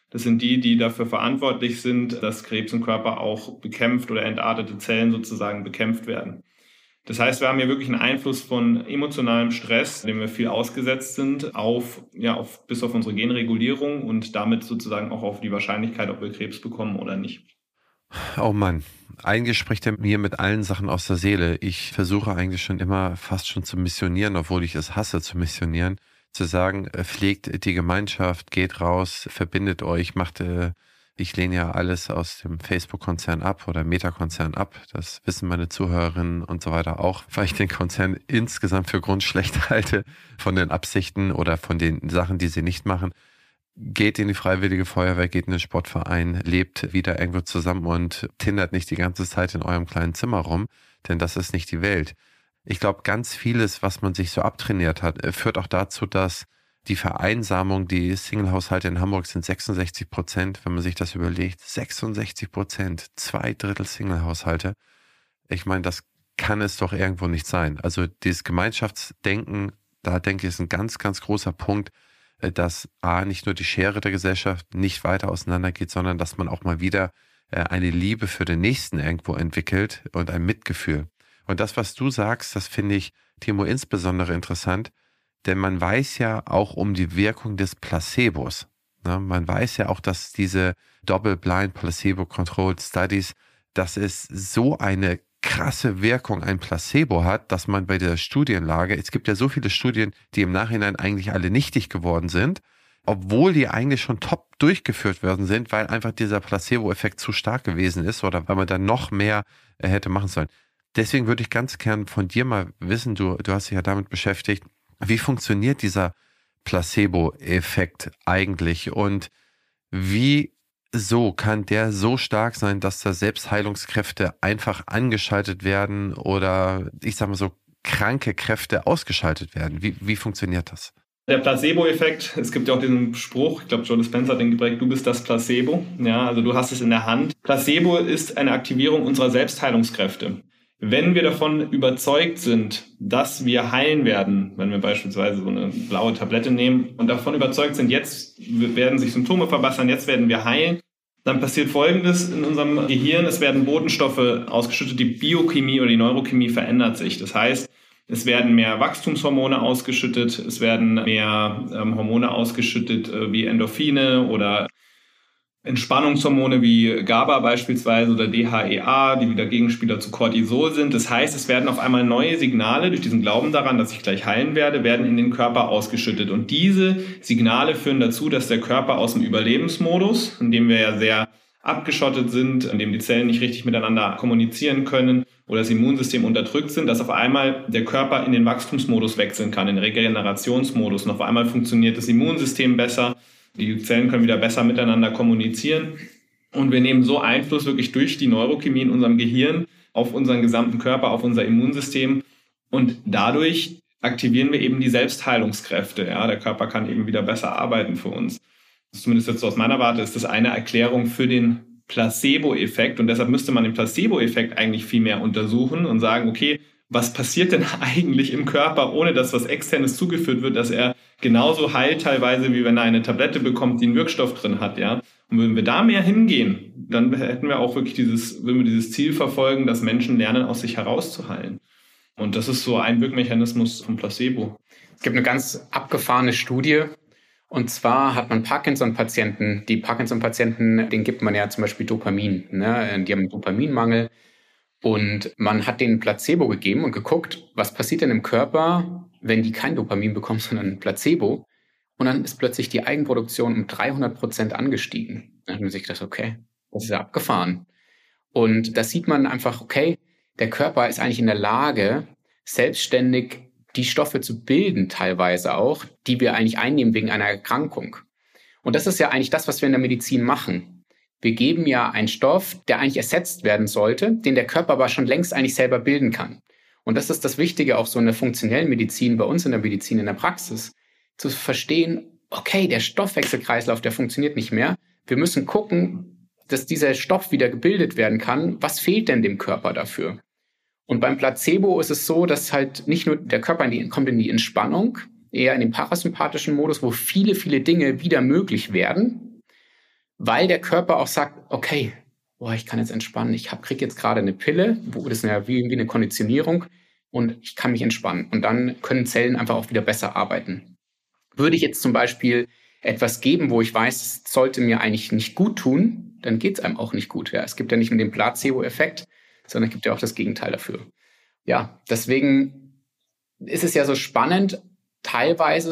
Das sind die dafür verantwortlich sind, dass Krebs im Körper auch bekämpft oder entartete Zellen sozusagen bekämpft werden. Das heißt, wir haben hier wirklich einen Einfluss von emotionalem Stress, dem wir viel ausgesetzt sind, bis auf unsere Genregulierung und damit sozusagen auch auf die Wahrscheinlichkeit, ob wir Krebs bekommen oder nicht. Oh Mann, eigentlich spricht er mir mit allen Sachen aus der Seele. Ich versuche eigentlich schon immer fast schon zu missionieren, obwohl ich es hasse zu missionieren, zu sagen, pflegt die Gemeinschaft, geht raus, verbindet euch, ich lehne ja alles aus dem Facebook-Konzern ab oder Meta-Konzern ab. Das wissen meine Zuhörerinnen und so weiter auch, weil ich den Konzern insgesamt für grundschlecht halte von den Absichten oder von den Sachen, die sie nicht machen. Geht in die Freiwillige Feuerwehr, geht in den Sportverein, lebt wieder irgendwo zusammen und tindert nicht die ganze Zeit in eurem kleinen Zimmer rum, denn das ist nicht die Welt. Ich glaube, ganz vieles, was man sich so abtrainiert hat, führt auch dazu, dass die Vereinsamung, die Single-Haushalte in Hamburg sind 66%, wenn man sich das überlegt, 66%, 2/3 Single-Haushalte. Ich meine, das kann es doch irgendwo nicht sein. Also dieses Gemeinschaftsdenken, da denke ich, ist ein ganz, ganz großer Punkt, dass nicht nur die Schere der Gesellschaft nicht weiter auseinandergeht, sondern dass man auch mal wieder eine Liebe für den Nächsten irgendwo entwickelt und ein Mitgefühl. Und das, was du sagst, das finde ich, Timo, insbesondere interessant, denn man weiß ja auch um die Wirkung des Placebos. Ne? Man weiß ja auch, dass diese Double-Blind Placebo-Controlled Studies, dass es so eine krasse Wirkung ein Placebo hat, dass man bei der Studienlage, es gibt ja so viele Studien, die im Nachhinein eigentlich alle nichtig geworden sind, obwohl die eigentlich schon top durchgeführt worden sind, weil einfach dieser Placebo-Effekt zu stark gewesen ist oder weil man dann noch mehr hätte machen sollen. Deswegen würde ich ganz gern von dir mal wissen, du hast dich ja damit beschäftigt, wie funktioniert dieser Placebo-Effekt eigentlich und wieso kann der so stark sein, dass da Selbstheilungskräfte einfach angeschaltet werden oder ich sag mal so kranke Kräfte ausgeschaltet werden? Wie funktioniert das? Der Placebo-Effekt, es gibt ja auch diesen Spruch, ich glaube Joe Dispenza hat den geprägt, du bist das Placebo, ja, also du hast es in der Hand. Placebo ist eine Aktivierung unserer Selbstheilungskräfte. Wenn wir davon überzeugt sind, dass wir heilen werden, wenn wir beispielsweise so eine blaue Tablette nehmen und davon überzeugt sind, jetzt werden sich Symptome verbessern, jetzt werden wir heilen, dann passiert Folgendes in unserem Gehirn, es werden Botenstoffe ausgeschüttet, die Biochemie oder die Neurochemie verändert sich. Das heißt, es werden mehr Wachstumshormone ausgeschüttet, es werden mehr Hormone ausgeschüttet wie Endorphine oder Entspannungshormone wie GABA beispielsweise oder DHEA, die wieder Gegenspieler zu Cortisol sind. Das heißt, es werden auf einmal neue Signale durch diesen Glauben daran, dass ich gleich heilen werde, werden in den Körper ausgeschüttet. Und diese Signale führen dazu, dass der Körper aus dem Überlebensmodus, in dem wir ja sehr abgeschottet sind, in dem die Zellen nicht richtig miteinander kommunizieren können oder das Immunsystem unterdrückt sind, dass auf einmal der Körper in den Wachstumsmodus wechseln kann, in den Regenerationsmodus. Und auf einmal funktioniert das Immunsystem besser. Die Zellen können wieder besser miteinander kommunizieren und wir nehmen so Einfluss wirklich durch die Neurochemie in unserem Gehirn auf unseren gesamten Körper, auf unser Immunsystem und dadurch aktivieren wir eben die Selbstheilungskräfte. Ja, der Körper kann eben wieder besser arbeiten für uns. Zumindest jetzt aus meiner Warte ist das eine Erklärung für den Placebo-Effekt und deshalb müsste man den Placebo-Effekt eigentlich viel mehr untersuchen und sagen, okay, was passiert denn eigentlich im Körper, ohne dass was Externes zugeführt wird, dass er genauso heilt teilweise, wie wenn er eine Tablette bekommt, die einen Wirkstoff drin hat, ja. Und würden wir da mehr hingehen, dann hätten wir auch wirklich würden wir dieses Ziel verfolgen, dass Menschen lernen, aus sich herauszuheilen. Und das ist so ein Wirkmechanismus vom Placebo. Es gibt eine ganz abgefahrene Studie. Und zwar hat man Parkinson-Patienten, denen gibt man ja zum Beispiel Dopamin, ne? Die haben einen Dopaminmangel. Und man hat denen Placebo gegeben und geguckt, was passiert denn im Körper, wenn die kein Dopamin bekommen, sondern ein Placebo. Und dann ist plötzlich die Eigenproduktion um 300% angestiegen. Dann hat man sich gedacht, okay, das ist ja abgefahren. Und da sieht man einfach, okay, der Körper ist eigentlich in der Lage, selbstständig die Stoffe zu bilden, teilweise auch, die wir eigentlich einnehmen wegen einer Erkrankung. Und das ist ja eigentlich das, was wir in der Medizin machen. Wir geben ja einen Stoff, der eigentlich ersetzt werden sollte, den der Körper aber schon längst eigentlich selber bilden kann. Und das ist das Wichtige auch so in der funktionellen Medizin, bei uns in der Medizin, in der Praxis, zu verstehen, okay, der Stoffwechselkreislauf, der funktioniert nicht mehr. Wir müssen gucken, dass dieser Stoff wieder gebildet werden kann. Was fehlt denn dem Körper dafür? Und beim Placebo ist es so, dass halt nicht nur der Körper kommt in die Entspannung, eher in den parasympathischen Modus, wo viele, viele Dinge wieder möglich werden. weil der Körper auch sagt, okay, ich kann jetzt entspannen, kriege jetzt gerade eine Pille, das ist ja wie eine Konditionierung und ich kann mich entspannen. Und dann können Zellen einfach auch wieder besser arbeiten. Würde ich jetzt zum Beispiel etwas geben, wo ich weiß, es sollte mir eigentlich nicht gut tun, dann geht es einem auch nicht gut. Ja? Es gibt ja nicht nur den Placebo-Effekt, sondern es gibt ja auch das Gegenteil dafür. Ja, deswegen ist es ja so spannend. Teilweise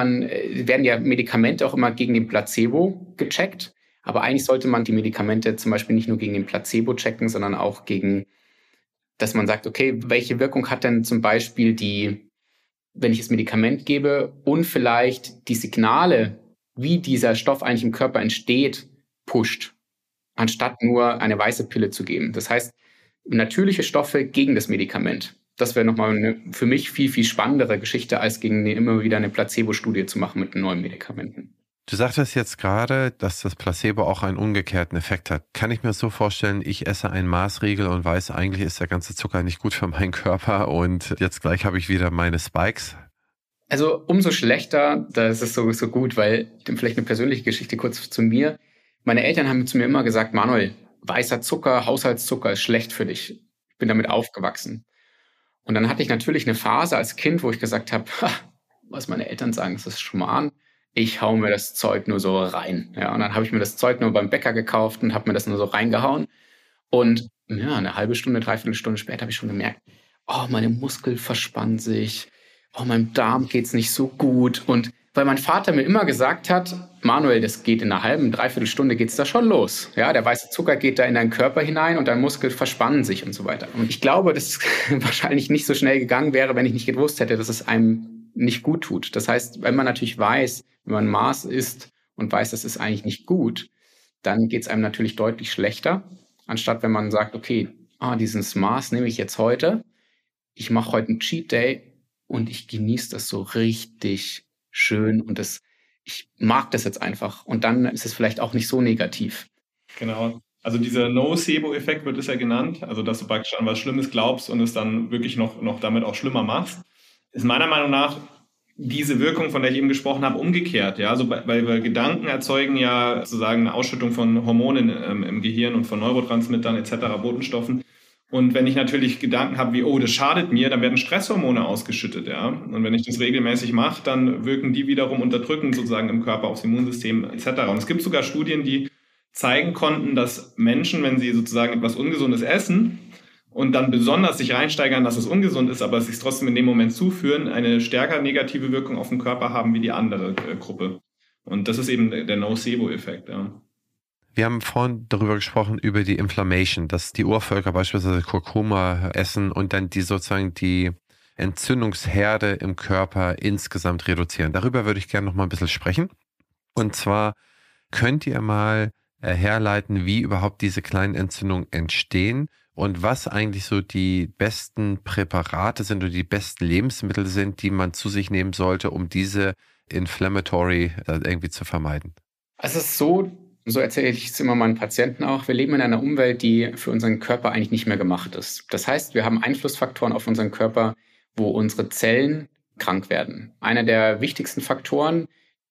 werden ja Medikamente auch immer gegen den Placebo gecheckt. Aber eigentlich sollte man die Medikamente zum Beispiel nicht nur gegen den Placebo checken, sondern auch gegen, dass man sagt, okay, welche Wirkung hat denn zum Beispiel wenn ich das Medikament gebe und vielleicht die Signale, wie dieser Stoff eigentlich im Körper entsteht, pusht, anstatt nur eine weiße Pille zu geben. Das heißt, natürliche Stoffe gegen das Medikament. Das wäre nochmal für mich viel, viel spannendere Geschichte, als gegen immer wieder eine Placebo-Studie zu machen mit neuen Medikamenten. Du sagtest jetzt gerade, dass das Placebo auch einen umgekehrten Effekt hat. Kann ich mir das so vorstellen, ich esse einen Maßriegel und weiß, eigentlich ist der ganze Zucker nicht gut für meinen Körper und jetzt gleich habe ich wieder meine Spikes? Also umso schlechter, das ist so gut, weil vielleicht eine persönliche Geschichte kurz zu mir. Meine Eltern haben zu mir immer gesagt, Manuel, weißer Zucker, Haushaltszucker ist schlecht für dich. Ich bin damit aufgewachsen. Und dann hatte ich natürlich eine Phase als Kind, wo ich gesagt habe, was meine Eltern sagen, das ist Schmarrn. Ich hau mir das Zeug nur so rein. Ja, und dann habe ich mir das Zeug nur beim Bäcker gekauft und habe mir das nur so reingehauen. Und ja, eine halbe Stunde, dreiviertel Stunde später habe ich schon gemerkt, meine Muskeln verspannen sich, meinem Darm geht's nicht so gut. Und weil mein Vater mir immer gesagt hat, Manuel, das geht in einer halben, dreiviertel Stunde geht's da schon los. Ja, der weiße Zucker geht da in deinen Körper hinein und deine Muskeln verspannen sich und so weiter. Und ich glaube, dass es wahrscheinlich nicht so schnell gegangen wäre, wenn ich nicht gewusst hätte, dass es einem nicht gut tut. Das heißt, wenn man natürlich weiß, wenn man Maß isst und weiß, das ist eigentlich nicht gut, dann geht es einem natürlich deutlich schlechter, anstatt wenn man sagt, okay, dieses Maß nehme ich jetzt heute, ich mache heute einen Cheat Day und ich genieße das so richtig schön und ich mag das jetzt einfach. Und dann ist es vielleicht auch nicht so negativ. Genau. Also dieser Nocebo-Effekt wird es ja genannt, also dass du praktisch an was Schlimmes glaubst und es dann wirklich noch damit auch schlimmer machst, ist meiner Meinung nach diese Wirkung, von der ich eben gesprochen habe, umgekehrt. Ja, also weil Gedanken erzeugen ja sozusagen eine Ausschüttung von Hormonen im Gehirn und von Neurotransmittern etc., Botenstoffen. Und wenn ich natürlich Gedanken habe wie, das schadet mir, dann werden Stresshormone ausgeschüttet. Ja, und wenn ich das regelmäßig mache, dann wirken die wiederum unterdrückend sozusagen im Körper aufs Immunsystem etc. Und es gibt sogar Studien, die zeigen konnten, dass Menschen, wenn sie sozusagen etwas Ungesundes essen und dann besonders sich reinsteigern, dass es ungesund ist, aber es sich trotzdem in dem Moment zuführen, eine stärker negative Wirkung auf den Körper haben wie die andere Gruppe. Und das ist eben der Nocebo-Effekt. Ja. Wir haben vorhin darüber gesprochen, über die Inflammation, dass die Urvölker beispielsweise Kurkuma essen und dann die Entzündungsherde im Körper insgesamt reduzieren. Darüber würde ich gerne noch mal ein bisschen sprechen. Und zwar könnt ihr mal herleiten, wie überhaupt diese kleinen Entzündungen entstehen und was eigentlich so die besten Präparate sind oder die besten Lebensmittel sind, die man zu sich nehmen sollte, um diese Inflammatory irgendwie zu vermeiden. Also es ist so erzähle ich es immer meinen Patienten auch, wir leben in einer Umwelt, die für unseren Körper eigentlich nicht mehr gemacht ist. Das heißt, wir haben Einflussfaktoren auf unseren Körper, wo unsere Zellen krank werden. Einer der wichtigsten Faktoren,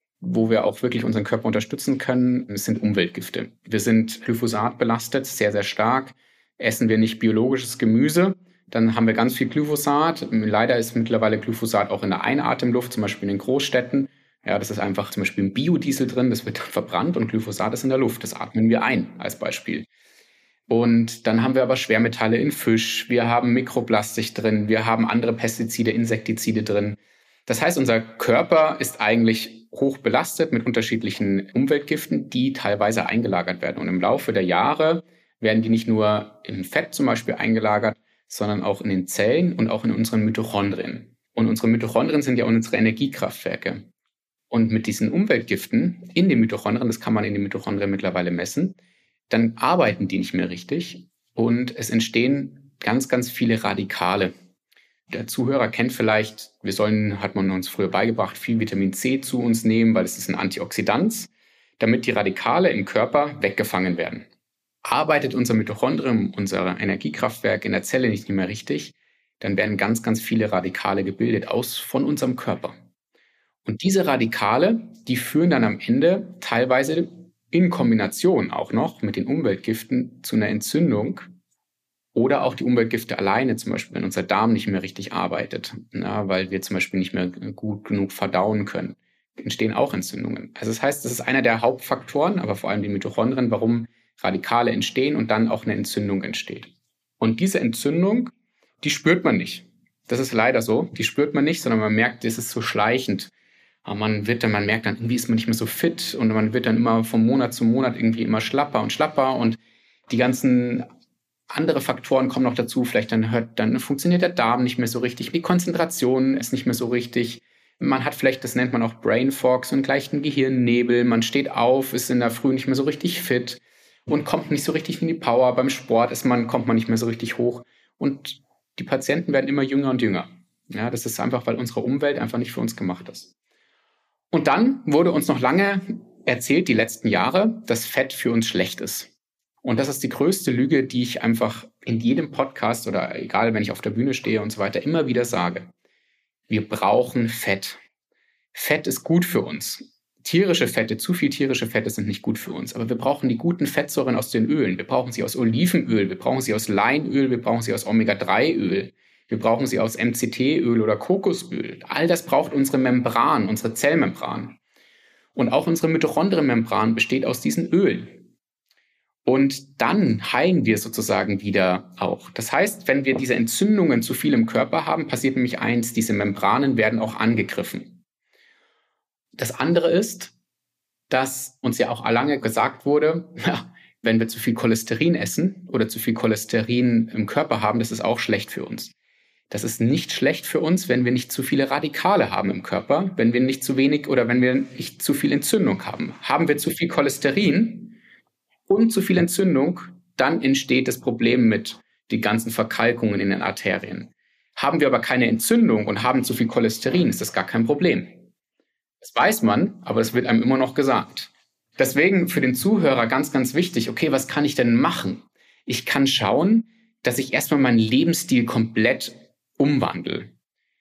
wo wir auch wirklich unseren Körper unterstützen können, sind Umweltgifte. Wir sind Glyphosat belastet, sehr, sehr stark. Essen wir nicht biologisches Gemüse, dann haben wir ganz viel Glyphosat. Leider ist mittlerweile Glyphosat auch in der Einatemluft, zum Beispiel in den Großstädten. Ja, das ist einfach zum Beispiel im Biodiesel drin, das wird dann verbrannt und Glyphosat ist in der Luft. Das atmen wir ein als Beispiel. Und dann haben wir aber Schwermetalle in Fisch, wir haben Mikroplastik drin, wir haben andere Pestizide, Insektizide drin. Das heißt, unser Körper ist eigentlich hoch belastet mit unterschiedlichen Umweltgiften, die teilweise eingelagert werden. Und im Laufe der Jahre werden die nicht nur im Fett zum Beispiel eingelagert, sondern auch in den Zellen und auch in unseren Mitochondrien. Und unsere Mitochondrien sind ja unsere Energiekraftwerke. Und mit diesen Umweltgiften in den Mitochondrien, das kann man in den Mitochondrien mittlerweile messen, dann arbeiten die nicht mehr richtig und es entstehen ganz, ganz viele Radikale. Der Zuhörer kennt vielleicht, hat man uns früher beigebracht, viel Vitamin C zu uns nehmen, weil es ist ein Antioxidant, damit die Radikale im Körper weggefangen werden. Arbeitet unser Mitochondrium, unser Energiekraftwerk in der Zelle nicht mehr richtig, dann werden ganz, ganz viele Radikale gebildet von unserem Körper. Und diese Radikale, die führen dann am Ende teilweise in Kombination auch noch mit den Umweltgiften zu einer Entzündung oder auch die Umweltgifte alleine, zum Beispiel, wenn unser Darm nicht mehr richtig arbeitet, weil wir zum Beispiel nicht mehr gut genug verdauen können, entstehen auch Entzündungen. Also das heißt, das ist einer der Hauptfaktoren, aber vor allem die Mitochondrien, warum Radikale entstehen und dann auch eine Entzündung entsteht. Und diese Entzündung, die spürt man nicht. Das ist leider so. Die spürt man nicht, sondern man merkt, es ist so schleichend. Aber man merkt dann, irgendwie ist man nicht mehr so fit und man wird dann immer von Monat zu Monat irgendwie immer schlapper und die ganzen andere Faktoren kommen noch dazu. Vielleicht dann funktioniert der Darm nicht mehr so richtig, die Konzentration ist nicht mehr so richtig. Man hat vielleicht, das nennt man auch Brain Fog, so einen leichten Gehirnnebel. Man steht auf, ist in der Früh nicht mehr so richtig fit und kommt nicht so richtig in die Power. Beim Sport kommt man nicht mehr so richtig hoch. Und die Patienten werden immer jünger und jünger. Ja, das ist einfach, weil unsere Umwelt einfach nicht für uns gemacht ist. Und dann wurde uns noch lange erzählt, die letzten Jahre, dass Fett für uns schlecht ist. Und das ist die größte Lüge, die ich einfach in jedem Podcast oder egal, wenn ich auf der Bühne stehe und so weiter, immer wieder sage. Wir brauchen Fett. Fett ist gut für uns. Tierische Fette, zu viel tierische Fette sind nicht gut für uns. Aber wir brauchen die guten Fettsäuren aus den Ölen. Wir brauchen sie aus Olivenöl, wir brauchen sie aus Leinöl, wir brauchen sie aus Omega-3-Öl. Wir brauchen sie aus MCT-Öl oder Kokosöl. All das braucht unsere Membran, unsere Zellmembran. Und auch unsere Mitochondrienmembran besteht aus diesen Ölen. Und dann heilen wir sozusagen wieder auch. Das heißt, wenn wir diese Entzündungen zu viel im Körper haben, passiert nämlich eins, diese Membranen werden auch angegriffen. Das andere ist, dass uns ja auch lange gesagt wurde, wenn wir zu viel Cholesterin essen oder zu viel Cholesterin im Körper haben, das ist auch schlecht für uns. Das ist nicht schlecht für uns, wenn wir nicht zu viele Radikale haben im Körper, wenn wir nicht zu wenig oder wenn wir nicht zu viel Entzündung haben. Haben wir zu viel Cholesterin und zu viel Entzündung, dann entsteht das Problem mit den ganzen Verkalkungen in den Arterien. Haben wir aber keine Entzündung und haben zu viel Cholesterin, ist das gar kein Problem. Das weiß man, aber es wird einem immer noch gesagt. Deswegen für den Zuhörer ganz, ganz wichtig, okay, was kann ich denn machen? Ich kann schauen, dass ich erstmal meinen Lebensstil komplett umwandle.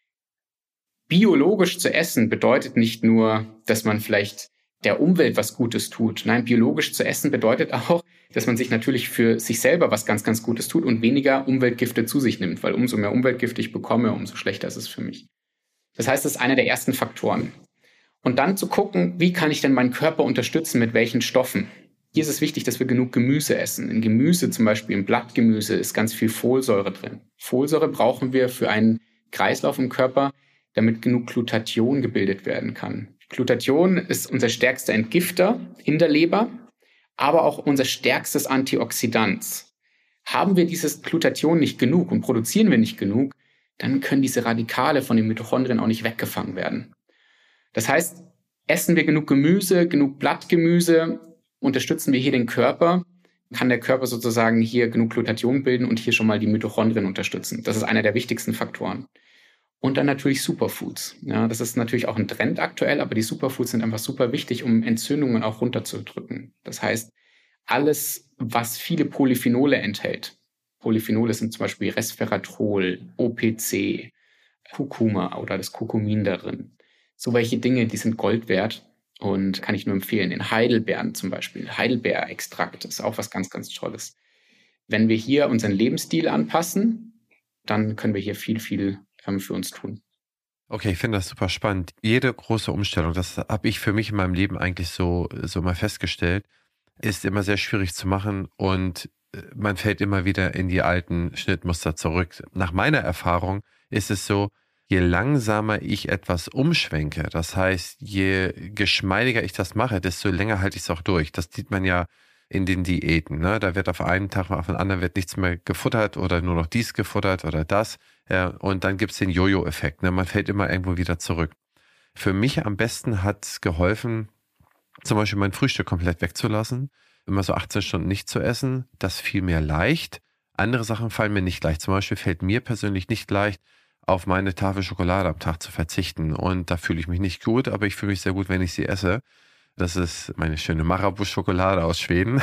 Biologisch zu essen bedeutet nicht nur, dass man vielleicht der Umwelt was Gutes tut. Nein, biologisch zu essen bedeutet auch, dass man sich natürlich für sich selber was ganz, ganz Gutes tut und weniger Umweltgifte zu sich nimmt, weil umso mehr Umweltgifte ich bekomme, umso schlechter ist es für mich. Das heißt, das ist einer der ersten Faktoren. Und dann zu gucken, wie kann ich denn meinen Körper unterstützen, mit welchen Stoffen. Hier ist es wichtig, dass wir genug Gemüse essen. In Gemüse, zum Beispiel im Blattgemüse, ist ganz viel Folsäure drin. Folsäure brauchen wir für einen Kreislauf im Körper, damit genug Glutathion gebildet werden kann. Glutathion ist unser stärkster Entgifter in der Leber, aber auch unser stärkstes Antioxidant. Haben wir dieses Glutathion nicht genug und produzieren wir nicht genug, dann können diese Radikale von den Mitochondrien auch nicht weggefangen werden. Das heißt, essen wir genug Gemüse, genug Blattgemüse, unterstützen wir hier den Körper, kann der Körper sozusagen hier genug Glutathion bilden und hier schon mal die Mitochondrien unterstützen. Das ist einer der wichtigsten Faktoren. Und dann natürlich Superfoods. Ja, das ist natürlich auch ein Trend aktuell, aber die Superfoods sind einfach super wichtig, um Entzündungen auch runterzudrücken. Das heißt, alles, was viele Polyphenole enthält. Polyphenole sind zum Beispiel Resveratrol, OPC, Kurkuma oder das Kurkumin darin. So welche Dinge, die sind Gold wert und kann ich nur empfehlen. In Heidelbeeren zum Beispiel, Heidelbeerextrakt ist auch was ganz, ganz Tolles. Wenn wir hier unseren Lebensstil anpassen, dann können wir hier viel, viel für uns tun. Okay, ich finde das super spannend. Jede große Umstellung, das habe ich für mich in meinem Leben eigentlich so mal festgestellt, ist immer sehr schwierig zu machen und man fällt immer wieder in die alten Schnittmuster zurück. Nach meiner Erfahrung ist es so, je langsamer ich etwas umschwenke, das heißt, je geschmeidiger ich das mache, desto länger halte ich es auch durch. Das sieht man ja in den Diäten. Ne? Da wird auf einen Tag, auf den anderen wird nichts mehr gefuttert oder nur noch dies gefuttert oder das. Ja, und dann gibt es den Jojo-Effekt. Ne? Man fällt immer irgendwo wieder zurück. Für mich am besten hat es geholfen, zum Beispiel mein Frühstück komplett wegzulassen, immer so 18 Stunden nicht zu essen. Das fiel mir leicht. Andere Sachen fallen mir nicht leicht. Zum Beispiel fällt mir persönlich nicht leicht, auf meine Tafel Schokolade am Tag zu verzichten. Und da fühle ich mich nicht gut, aber ich fühle mich sehr gut, wenn ich sie esse. Das ist meine schöne Marabou-Schokolade aus Schweden.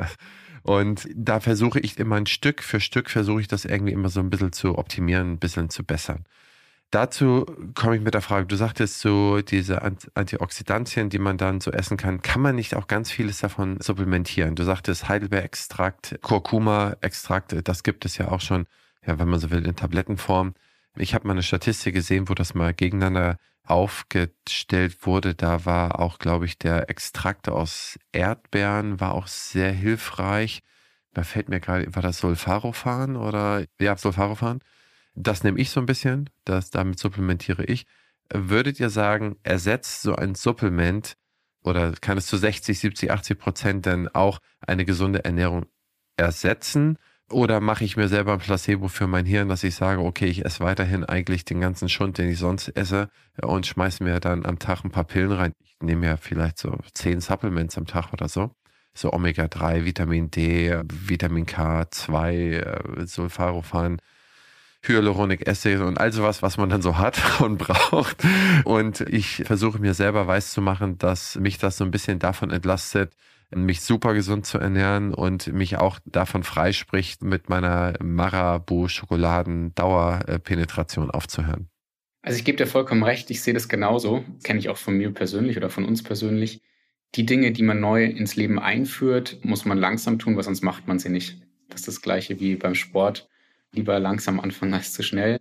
Und da versuche ich immer Stück für Stück, versuche ich das irgendwie immer so ein bisschen zu optimieren, ein bisschen zu bessern. Dazu komme ich mit der Frage, du sagtest so, diese Antioxidantien, die man dann so essen kann man nicht auch ganz vieles davon supplementieren? Du sagtest Heidelbeerextrakt, Kurkuma-Extrakt, das gibt es ja auch schon, ja, wenn man so will, in Tablettenform. Ich habe mal eine Statistik gesehen, wo das mal gegeneinander aufgestellt wurde. Da war auch, glaube ich, der Extrakt aus Erdbeeren war auch sehr hilfreich. Da fällt mir gerade, war das Sulforaphane oder? Ja, Sulforaphane. Das nehme ich so ein bisschen, damit supplementiere ich. Würdet ihr sagen, ersetzt so ein Supplement oder kann es zu 60, 70, 80% dann auch eine gesunde Ernährung ersetzen? Oder mache ich mir selber ein Placebo für mein Hirn, dass ich sage, okay, ich esse weiterhin eigentlich den ganzen Schund, den ich sonst esse und schmeiße mir dann am Tag ein paar Pillen rein. Ich nehme ja vielleicht so 10 Supplements am Tag oder so. So Omega-3, Vitamin D, Vitamin K2, Sulforaphane, Hyaluronic Acid und all sowas, was man dann so hat und braucht. Und ich versuche mir selber weiszumachen, dass mich das so ein bisschen davon entlastet, mich super gesund zu ernähren und mich auch davon freispricht, mit meiner Marabu-Schokoladen-Dauerpenetration aufzuhören. Also ich gebe dir vollkommen recht, ich sehe das genauso, kenne ich auch von mir persönlich oder von uns persönlich. Die Dinge, die man neu ins Leben einführt, muss man langsam tun, weil sonst macht man sie nicht. Das ist das Gleiche wie beim Sport. Lieber langsam anfangen als zu schnell.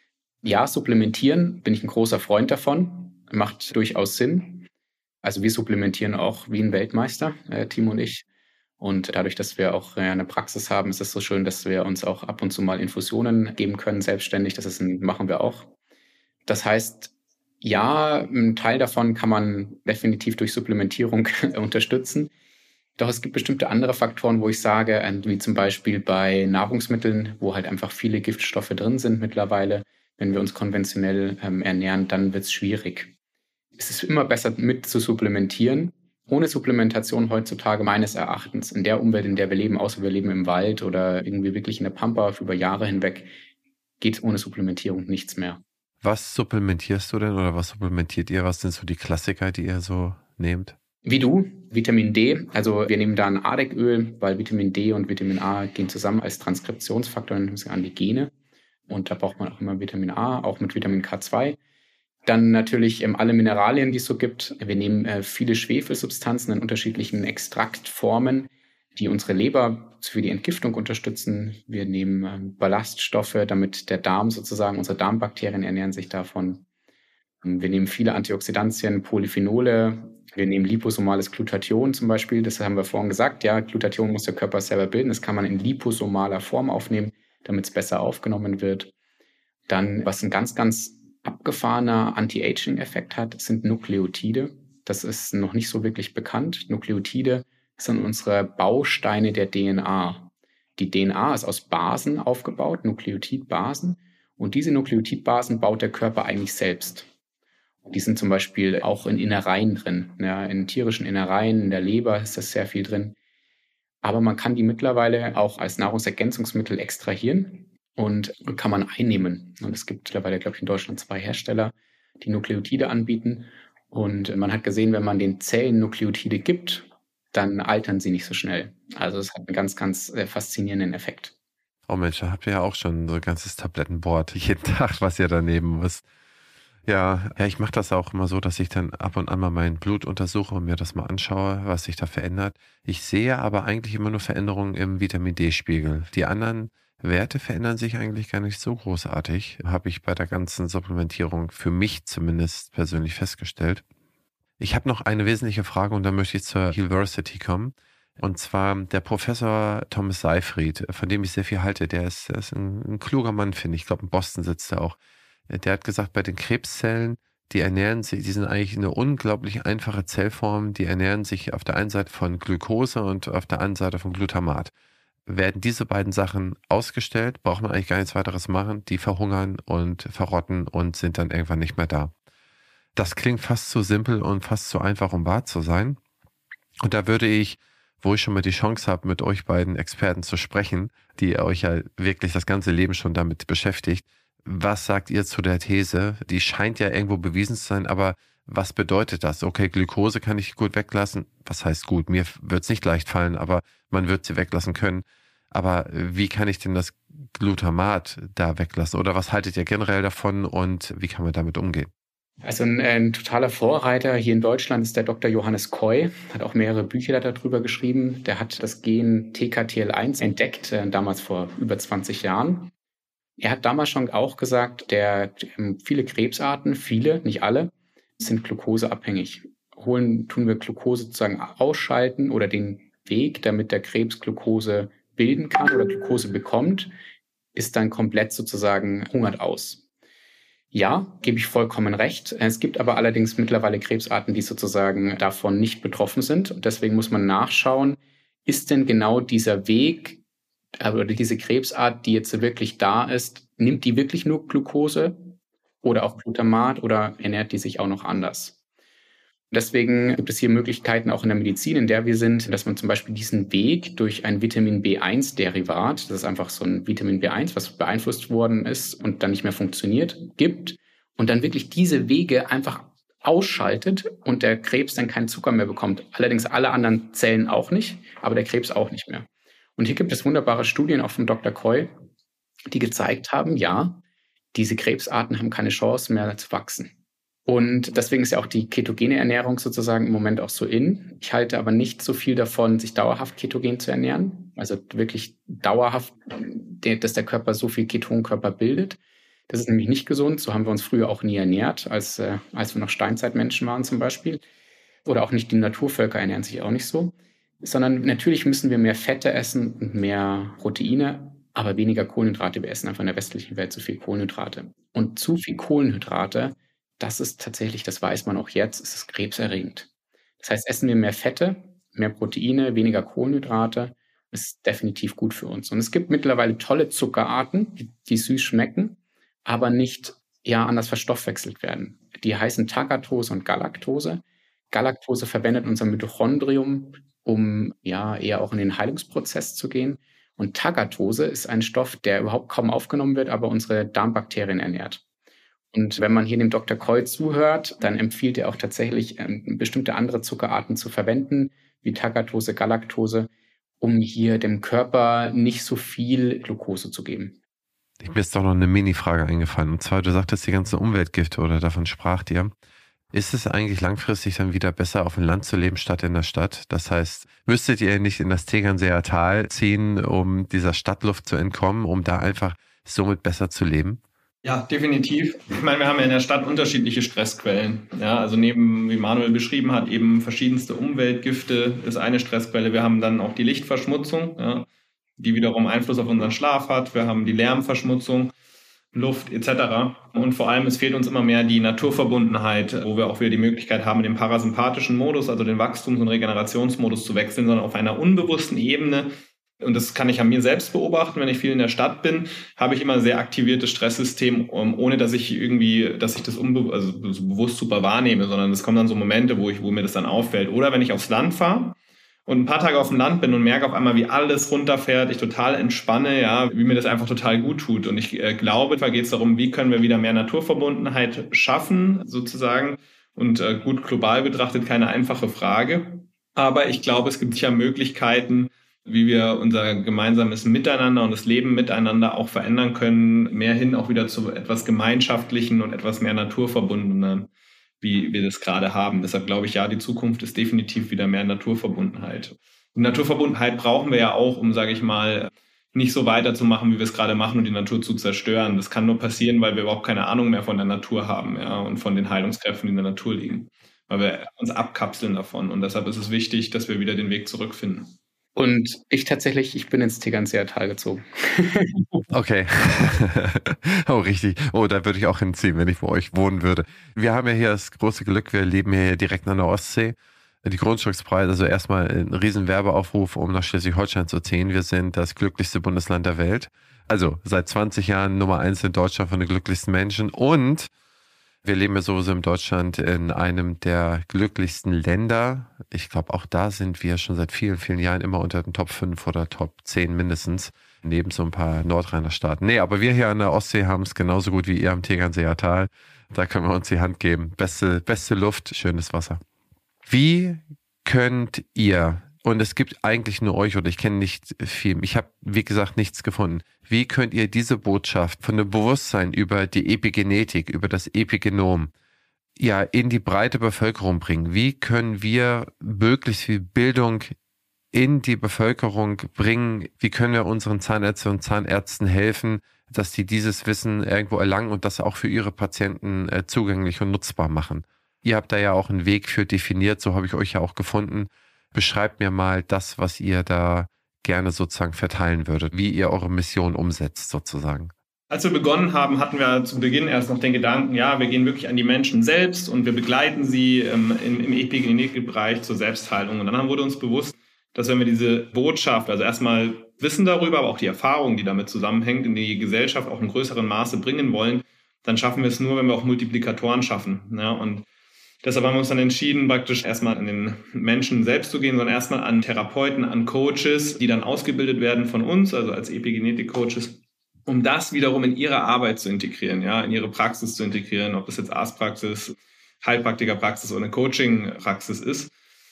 Ja, supplementieren bin ich ein großer Freund davon. Macht durchaus Sinn. Also wir supplementieren auch wie ein Weltmeister, Timo und ich. Und dadurch, dass wir auch eine Praxis haben, ist es so schön, dass wir uns auch ab und zu mal Infusionen geben können, selbstständig. Machen wir auch. Das heißt, ja, ein Teil davon kann man definitiv durch Supplementierung unterstützen. Doch es gibt bestimmte andere Faktoren, wo ich sage, wie zum Beispiel bei Nahrungsmitteln, wo halt einfach viele Giftstoffe drin sind mittlerweile. Wenn wir uns konventionell ernähren, dann wird es schwierig. Es ist immer besser mit zu supplementieren. Ohne Supplementation heutzutage meines Erachtens in der Umwelt, in der wir leben, außer wir leben im Wald oder irgendwie wirklich in der Pampa über Jahre hinweg, geht ohne Supplementierung nichts mehr. Was supplementierst du denn oder was supplementiert ihr? Was sind so die Klassiker, die ihr so nehmt? Wie du, Vitamin D. Also wir nehmen da ein ADEC-Öl, weil Vitamin D und Vitamin A gehen zusammen als Transkriptionsfaktor an die Gene. Und da braucht man auch immer Vitamin A, auch mit Vitamin K2. Dann natürlich alle Mineralien, die es so gibt. Wir nehmen viele Schwefelsubstanzen in unterschiedlichen Extraktformen, die unsere Leber für die Entgiftung unterstützen. Wir nehmen Ballaststoffe, damit der Darm sozusagen, unsere Darmbakterien ernähren sich davon. Wir nehmen viele Antioxidantien, Polyphenole. Wir nehmen liposomales Glutathion zum Beispiel. Das haben wir vorhin gesagt. Ja, Glutathion muss der Körper selber bilden. Das kann man in liposomaler Form aufnehmen, damit es besser aufgenommen wird. Dann, was ein ganz, ganz abgefahrener Anti-Aging-Effekt hat, sind Nukleotide. Das ist noch nicht so wirklich bekannt. Nukleotide sind unsere Bausteine der DNA. Die DNA ist aus Basen aufgebaut, Nukleotidbasen. Und diese Nukleotidbasen baut der Körper eigentlich selbst. Die sind zum Beispiel auch in Innereien drin. Ja, in tierischen Innereien, in der Leber ist das sehr viel drin. Aber man kann die mittlerweile auch als Nahrungsergänzungsmittel extrahieren und kann man einnehmen. Und es gibt mittlerweile, glaube ich, in Deutschland 2 Hersteller, die Nukleotide anbieten. Und man hat gesehen, wenn man den Zellen Nukleotide gibt, dann altern sie nicht so schnell. Also es hat einen ganz, ganz faszinierenden Effekt. Oh Mensch, da habt ihr ja auch schon so ein ganzes Tablettenboard jeden Tag, was ihr da nehmen müsst. Ja, ich mache das auch immer so, dass ich dann ab und an mal mein Blut untersuche und mir das mal anschaue, was sich da verändert. Ich sehe aber eigentlich immer nur Veränderungen im Vitamin-D-Spiegel. Die anderen Werte verändern sich eigentlich gar nicht so großartig, habe ich bei der ganzen Supplementierung für mich zumindest persönlich festgestellt. Ich habe noch eine wesentliche Frage und dann möchte ich zur Healversity kommen. Und zwar der Professor Thomas Seyfried, von dem ich sehr viel halte. Der ist ein kluger Mann, finde ich. Ich glaube, in Boston sitzt er auch. Der hat gesagt, bei den Krebszellen, die ernähren sich, die sind eigentlich eine unglaublich einfache Zellform. Die ernähren sich auf der einen Seite von Glucose und auf der anderen Seite von Glutamat. Werden diese beiden Sachen ausgestellt, braucht man eigentlich gar nichts weiteres machen. Die verhungern und verrotten und sind dann irgendwann nicht mehr da. Das klingt fast zu simpel und fast zu einfach, um wahr zu sein. Und da würde ich, wo ich schon mal die Chance habe, mit euch beiden Experten zu sprechen, die euch ja wirklich das ganze Leben schon damit beschäftigt, was sagt ihr zu der These? Die scheint ja irgendwo bewiesen zu sein, aber was bedeutet das? Okay, Glukose kann ich gut weglassen. Was heißt gut? Mir wird es nicht leicht fallen, aber man wird sie weglassen können. Aber wie kann ich denn das Glutamat da weglassen? Oder was haltet ihr generell davon und wie kann man damit umgehen? Also ein totaler Vorreiter hier in Deutschland ist der Dr. Johannes Koy, hat auch mehrere Bücher darüber geschrieben. Der hat das Gen TKTL1 entdeckt, damals vor über 20 Jahren. Er hat damals schon auch gesagt, viele Krebsarten, viele, nicht alle, sind glukoseabhängig. Tun wir Glucose sozusagen ausschalten oder den Weg, damit der Krebs Glucose bilden kann oder Glucose bekommt, ist dann komplett sozusagen hungert aus. Ja, gebe ich vollkommen recht. Es gibt aber allerdings mittlerweile Krebsarten, die sozusagen davon nicht betroffen sind. Und deswegen muss man nachschauen, ist denn genau dieser Weg oder diese Krebsart, die jetzt wirklich da ist, nimmt die wirklich nur Glucose oder auch Glutamat oder ernährt die sich auch noch anders? Deswegen gibt es hier Möglichkeiten auch in der Medizin, in der wir sind, dass man zum Beispiel diesen Weg durch ein Vitamin B1-Derivat, das ist einfach so ein Vitamin B1, was beeinflusst worden ist und dann nicht mehr funktioniert, gibt und dann wirklich diese Wege einfach ausschaltet und der Krebs dann keinen Zucker mehr bekommt. Allerdings alle anderen Zellen auch nicht, aber der Krebs auch nicht mehr. Und hier gibt es wunderbare Studien auch von Dr. Koy, die gezeigt haben, ja, diese Krebsarten haben keine Chance mehr zu wachsen. Und deswegen ist ja auch die ketogene Ernährung sozusagen im Moment auch so in. Ich halte aber nicht so viel davon, sich dauerhaft ketogen zu ernähren. Also wirklich dauerhaft, dass der Körper so viel Ketonkörper bildet. Das ist nämlich nicht gesund. So haben wir uns früher auch nie ernährt, als wir noch Steinzeitmenschen waren zum Beispiel. Oder auch nicht die Naturvölker ernähren sich auch nicht so. Sondern natürlich müssen wir mehr Fette essen und mehr Proteine, aber weniger Kohlenhydrate. Wir essen einfach in der westlichen Welt zu viel Kohlenhydrate. Und zu viel Kohlenhydrate, das ist tatsächlich, das weiß man auch jetzt, ist es krebserregend. Das heißt, essen wir mehr Fette, mehr Proteine, weniger Kohlenhydrate, ist definitiv gut für uns. Und es gibt mittlerweile tolle Zuckerarten, die süß schmecken, aber nicht anders verstoffwechselt werden. Die heißen Tagatose und Galaktose. Galaktose verwendet unser Mitochondrium, um eher auch in den Heilungsprozess zu gehen. Und Tagatose ist ein Stoff, der überhaupt kaum aufgenommen wird, aber unsere Darmbakterien ernährt. Und wenn man hier dem Dr. Koy zuhört, dann empfiehlt er auch tatsächlich, bestimmte andere Zuckerarten zu verwenden, wie Tagatose, Galaktose, um hier dem Körper nicht so viel Glucose zu geben. Mir ist doch noch eine Mini-Frage eingefallen. Und zwar, du sagtest die ganzen Umweltgifte oder davon spracht ihr. Ist es eigentlich langfristig dann wieder besser, auf dem Land zu leben, statt in der Stadt? Das heißt, müsstet ihr nicht in das Tegernseer Tal ziehen, um dieser Stadtluft zu entkommen, um da einfach somit besser zu leben? Ja, definitiv. Ich meine, wir haben ja in der Stadt unterschiedliche Stressquellen. Ja, also neben, wie Manuel beschrieben hat, eben verschiedenste Umweltgifte ist eine Stressquelle. Wir haben dann auch die Lichtverschmutzung, ja, die wiederum Einfluss auf unseren Schlaf hat. Wir haben die Lärmverschmutzung, Luft etc. Und vor allem, es fehlt uns immer mehr die Naturverbundenheit, wo wir auch wieder die Möglichkeit haben, den parasympathischen Modus, also den Wachstums- und Regenerationsmodus zu wechseln, sondern auf einer unbewussten Ebene. Und das kann ich an mir selbst beobachten, wenn ich viel in der Stadt bin, habe ich immer ein sehr aktiviertes Stresssystem, ohne dass ich das bewusst super wahrnehme, sondern es kommen dann so Momente, wo mir das dann auffällt. Oder wenn ich aufs Land fahre und ein paar Tage auf dem Land bin und merke auf einmal, wie alles runterfährt, ich total entspanne, ja, wie mir das einfach total gut tut. Und ich glaube, da geht es darum, wie können wir wieder mehr Naturverbundenheit schaffen, sozusagen. Und gut, global betrachtet keine einfache Frage. Aber ich glaube, es gibt sicher Möglichkeiten, wie wir unser gemeinsames Miteinander und das Leben miteinander auch verändern können, mehr hin auch wieder zu etwas Gemeinschaftlichen und etwas mehr Naturverbundenen, wie wir das gerade haben. Deshalb glaube ich, ja, die Zukunft ist definitiv wieder mehr Naturverbundenheit. Und Naturverbundenheit brauchen wir ja auch, um, sage ich mal, nicht so weiterzumachen, wie wir es gerade machen und die Natur zu zerstören. Das kann nur passieren, weil wir überhaupt keine Ahnung mehr von der Natur haben, ja, und von den Heilungskräften, die in der Natur liegen, weil wir uns abkapseln davon. Und deshalb ist es wichtig, dass wir wieder den Weg zurückfinden. Und ich bin ins Tegernseer Tal gezogen. Okay. Oh, richtig. Oh, da würde ich auch hinziehen, wenn ich bei euch wohnen würde. Wir haben ja hier das große Glück, wir leben hier direkt an der Ostsee. Die Grundstückspreise, also erstmal ein riesen Werbeaufruf, um nach Schleswig-Holstein zu ziehen. Wir sind das glücklichste Bundesland der Welt. Also seit 20 Jahren Nummer 1 in Deutschland von den glücklichsten Menschen. Und wir leben ja sowieso in Deutschland in einem der glücklichsten Länder. Ich glaube, auch da sind wir schon seit vielen, vielen Jahren immer unter den Top 5 oder Top 10 mindestens. Neben so ein paar Nordrheiner Staaten. Nee, aber wir hier an der Ostsee haben es genauso gut wie ihr am Tegernseer Tal. Da können wir uns die Hand geben. Beste Luft, schönes Wasser. Wie könnt ihr und es gibt eigentlich nur euch oder ich kenne nicht viel. Ich habe, wie gesagt, nichts gefunden. Wie könnt ihr diese Botschaft von dem Bewusstsein über die Epigenetik, über das Epigenom, ja, in die breite Bevölkerung bringen? Wie können wir möglichst viel Bildung in die Bevölkerung bringen? Wie können wir unseren Zahnärzten und Zahnärzten helfen, dass die dieses Wissen irgendwo erlangen und das auch für ihre Patienten zugänglich und nutzbar machen? Ihr habt da ja auch einen Weg für definiert, so habe ich euch ja auch gefunden. Beschreibt mir mal das, was ihr da gerne sozusagen verteilen würdet, wie ihr eure Mission umsetzt sozusagen. Als wir begonnen haben, hatten wir zu Beginn erst noch den Gedanken, ja, wir gehen wirklich an die Menschen selbst und wir begleiten sie im Epigenetikbereich zur Selbstheilung. Und dann wurde uns bewusst, dass wenn wir diese Botschaft, also erstmal Wissen darüber, aber auch die Erfahrung, die damit zusammenhängt, in die Gesellschaft auch in größerem Maße bringen wollen, dann schaffen wir es nur, wenn wir auch Multiplikatoren schaffen. Ja, und deshalb haben wir uns dann entschieden, praktisch erstmal an den Menschen selbst zu gehen, sondern erstmal an Therapeuten, an Coaches, die dann ausgebildet werden von uns, also als Epigenetik-Coaches, um das wiederum in ihre Arbeit zu integrieren, ja, in ihre Praxis zu integrieren, ob das jetzt Arztpraxis, Heilpraktikerpraxis oder eine Coaching-Praxis ist,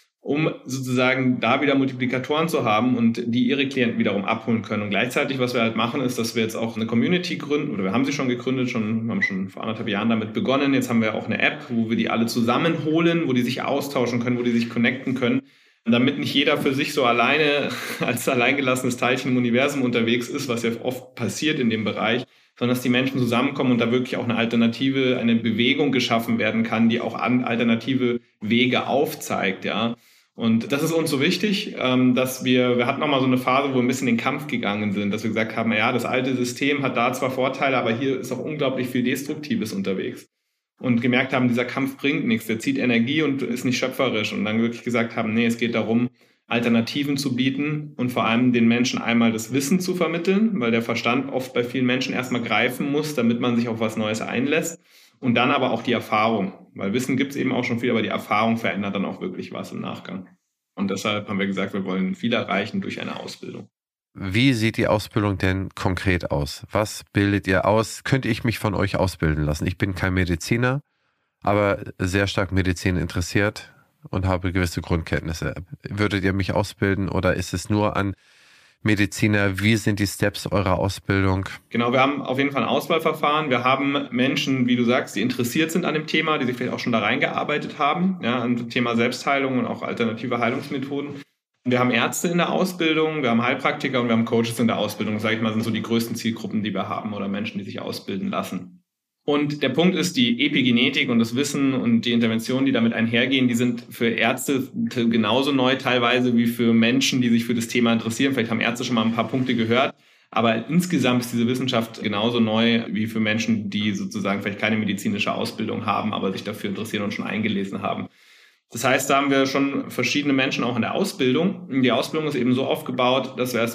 um sozusagen da wieder Multiplikatoren zu haben und die ihre Klienten wiederum abholen können. Und gleichzeitig, was wir halt machen, ist, dass wir jetzt auch eine Community gründen, oder wir haben sie schon gegründet, wir haben schon vor 1,5 Jahren damit begonnen. Jetzt haben wir auch eine App, wo wir die alle zusammenholen, wo die sich austauschen können, wo die sich connecten können, damit nicht jeder für sich so alleine als alleingelassenes Teilchen im Universum unterwegs ist, was ja oft passiert in dem Bereich, sondern dass die Menschen zusammenkommen und da wirklich auch eine Alternative, eine Bewegung geschaffen werden kann, die auch alternative Wege aufzeigt, ja. Und das ist uns so wichtig, dass wir hatten auch mal so eine Phase, wo wir ein bisschen in den Kampf gegangen sind, dass wir gesagt haben, ja, das alte System hat da zwar Vorteile, aber hier ist auch unglaublich viel Destruktives unterwegs. Und gemerkt haben, dieser Kampf bringt nichts, der zieht Energie und ist nicht schöpferisch. Und dann wirklich gesagt haben, nee, es geht darum, Alternativen zu bieten und vor allem den Menschen einmal das Wissen zu vermitteln, weil der Verstand oft bei vielen Menschen erstmal greifen muss, damit man sich auf was Neues einlässt. Und dann aber auch die Erfahrung, weil Wissen gibt es eben auch schon viel, aber die Erfahrung verändert dann auch wirklich was im Nachgang. Und deshalb haben wir gesagt, wir wollen viel erreichen durch eine Ausbildung. Wie sieht die Ausbildung denn konkret aus? Was bildet ihr aus? Könnte ich mich von euch ausbilden lassen? Ich bin kein Mediziner, aber sehr stark Medizin interessiert und habe gewisse Grundkenntnisse. Würdet ihr mich ausbilden oder ist es nur an Mediziner? Wie sind die Steps eurer Ausbildung? Genau, wir haben auf jeden Fall ein Auswahlverfahren. Wir haben Menschen, wie du sagst, die interessiert sind an dem Thema, die sich vielleicht auch schon da reingearbeitet haben, ja, an dem Thema Selbstheilung und auch alternative Heilungsmethoden. Wir haben Ärzte in der Ausbildung, wir haben Heilpraktiker und wir haben Coaches in der Ausbildung. Sage ich mal, sind so die größten Zielgruppen, die wir haben oder Menschen, die sich ausbilden lassen. Und der Punkt ist, die Epigenetik und das Wissen und die Interventionen, die damit einhergehen, die sind für Ärzte genauso neu teilweise wie für Menschen, die sich für das Thema interessieren. Vielleicht haben Ärzte schon mal ein paar Punkte gehört, aber insgesamt ist diese Wissenschaft genauso neu wie für Menschen, die sozusagen vielleicht keine medizinische Ausbildung haben, aber sich dafür interessieren und schon eingelesen haben. Das heißt, da haben wir schon verschiedene Menschen auch in der Ausbildung. Die Ausbildung ist eben so aufgebaut, dass wir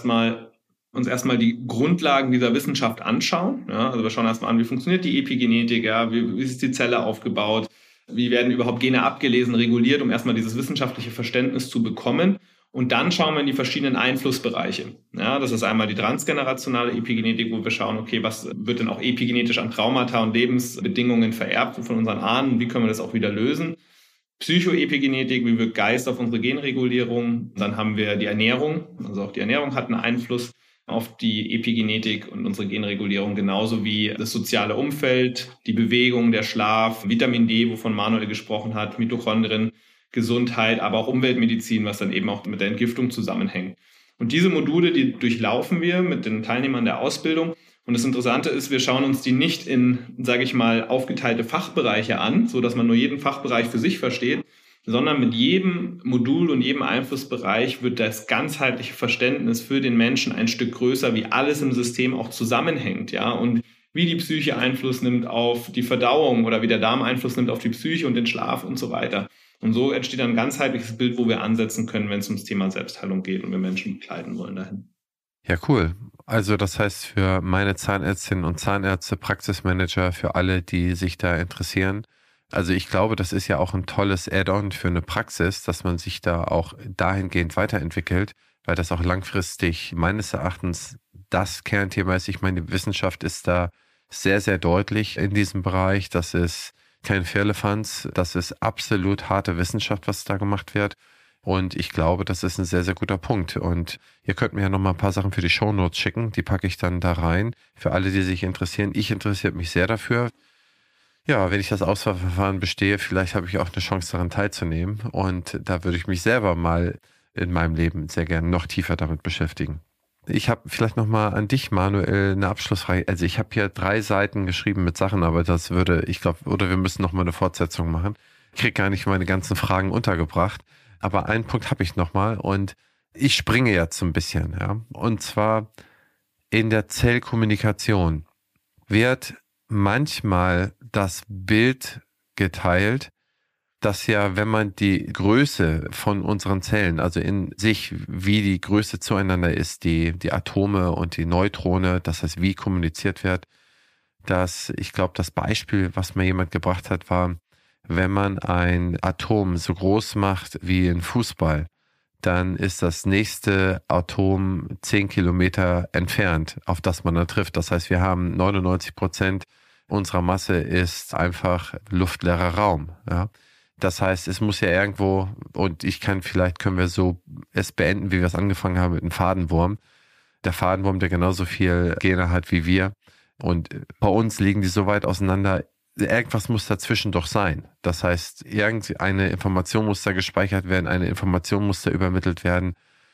uns erstmal die Grundlagen dieser Wissenschaft anschauen. Ja, also wir schauen erstmal an, wie funktioniert die Epigenetik, ja, wie ist die Zelle aufgebaut, wie werden überhaupt Gene abgelesen, reguliert, um erstmal dieses wissenschaftliche Verständnis zu bekommen. Und dann schauen wir in die verschiedenen Einflussbereiche. Ja, das ist einmal die transgenerationale Epigenetik, wo wir schauen, okay, was wird denn auch epigenetisch an Traumata und Lebensbedingungen vererbt von unseren Ahnen, wie können wir das auch wieder lösen. Psychoepigenetik, wie wirkt Geist auf unsere Genregulierung. Dann haben wir die Ernährung, also auch die Ernährung hat einen Einfluss auf die Epigenetik und unsere Genregulierung, genauso wie das soziale Umfeld, die Bewegung, der Schlaf, Vitamin D, wovon Manuel gesprochen hat, Mitochondrien, Gesundheit, aber auch Umweltmedizin, was dann eben auch mit der Entgiftung zusammenhängt. Und diese Module, die durchlaufen wir mit den Teilnehmern der Ausbildung. Und das Interessante ist, wir schauen uns die nicht in, sage ich mal, aufgeteilte Fachbereiche an, so dass man nur jeden Fachbereich für sich versteht, sondern mit jedem Modul und jedem Einflussbereich wird das ganzheitliche Verständnis für den Menschen ein Stück größer, wie alles im System auch zusammenhängt, ja, und wie die Psyche Einfluss nimmt auf die Verdauung oder wie der Darm Einfluss nimmt auf die Psyche und den Schlaf und so weiter. Und so entsteht ein ganzheitliches Bild, wo wir ansetzen können, wenn es ums Thema Selbstheilung geht und wir Menschen begleiten wollen dahin. Ja, cool. Also das heißt für meine Zahnärztinnen und Zahnärzte, Praxismanager, für alle, die sich da interessieren. Also ich glaube, das ist ja auch ein tolles Add-on für eine Praxis, dass man sich da auch dahingehend weiterentwickelt, weil das auch langfristig meines Erachtens das Kernthema ist. Ich meine, die Wissenschaft ist da sehr, sehr deutlich in diesem Bereich. Das ist kein Firlefanz, das ist absolut harte Wissenschaft, was da gemacht wird. Und ich glaube, das ist ein sehr, sehr guter Punkt. Und ihr könnt mir ja noch mal ein paar Sachen für die Shownotes schicken. Die packe ich dann da rein. Für alle, die sich interessieren. Ich interessiere mich sehr dafür. Ja, wenn ich das Auswahlverfahren bestehe, vielleicht habe ich auch eine Chance daran teilzunehmen. Und da würde ich mich selber mal in meinem Leben sehr gerne noch tiefer damit beschäftigen. Ich habe vielleicht noch mal an dich, Manuel, eine Abschlussfrage. Also ich habe hier 3 Seiten geschrieben mit Sachen, aber das würde, ich glaube, oder wir müssen noch mal eine Fortsetzung machen. Ich kriege gar nicht meine ganzen Fragen untergebracht. Aber einen Punkt habe ich noch mal und ich springe jetzt so ein bisschen. Ja? Und zwar in der Zellkommunikation wird manchmal das Bild geteilt, dass ja, wenn man die Größe von unseren Zellen, also in sich, wie die Größe zueinander ist, die Atome und die Neutrone, das heißt, wie kommuniziert wird, dass ich glaube, das Beispiel, was mir jemand gebracht hat, war, wenn man ein Atom so groß macht wie ein Fußball, dann ist das nächste Atom 10 Kilometer entfernt, auf das man dann trifft. Das heißt, wir haben 99% unserer Masse ist einfach luftleerer Raum. Ja? Das heißt, es muss ja irgendwo, und vielleicht können wir so es beenden, wie wir es angefangen haben mit einem Fadenwurm. Der Fadenwurm, der genauso viel Gene hat wie wir. Und bei uns liegen die so weit auseinander, irgendwas muss dazwischen doch sein. Das heißt, irgendeine Information muss da gespeichert werden, eine Information muss da übermittelt werden.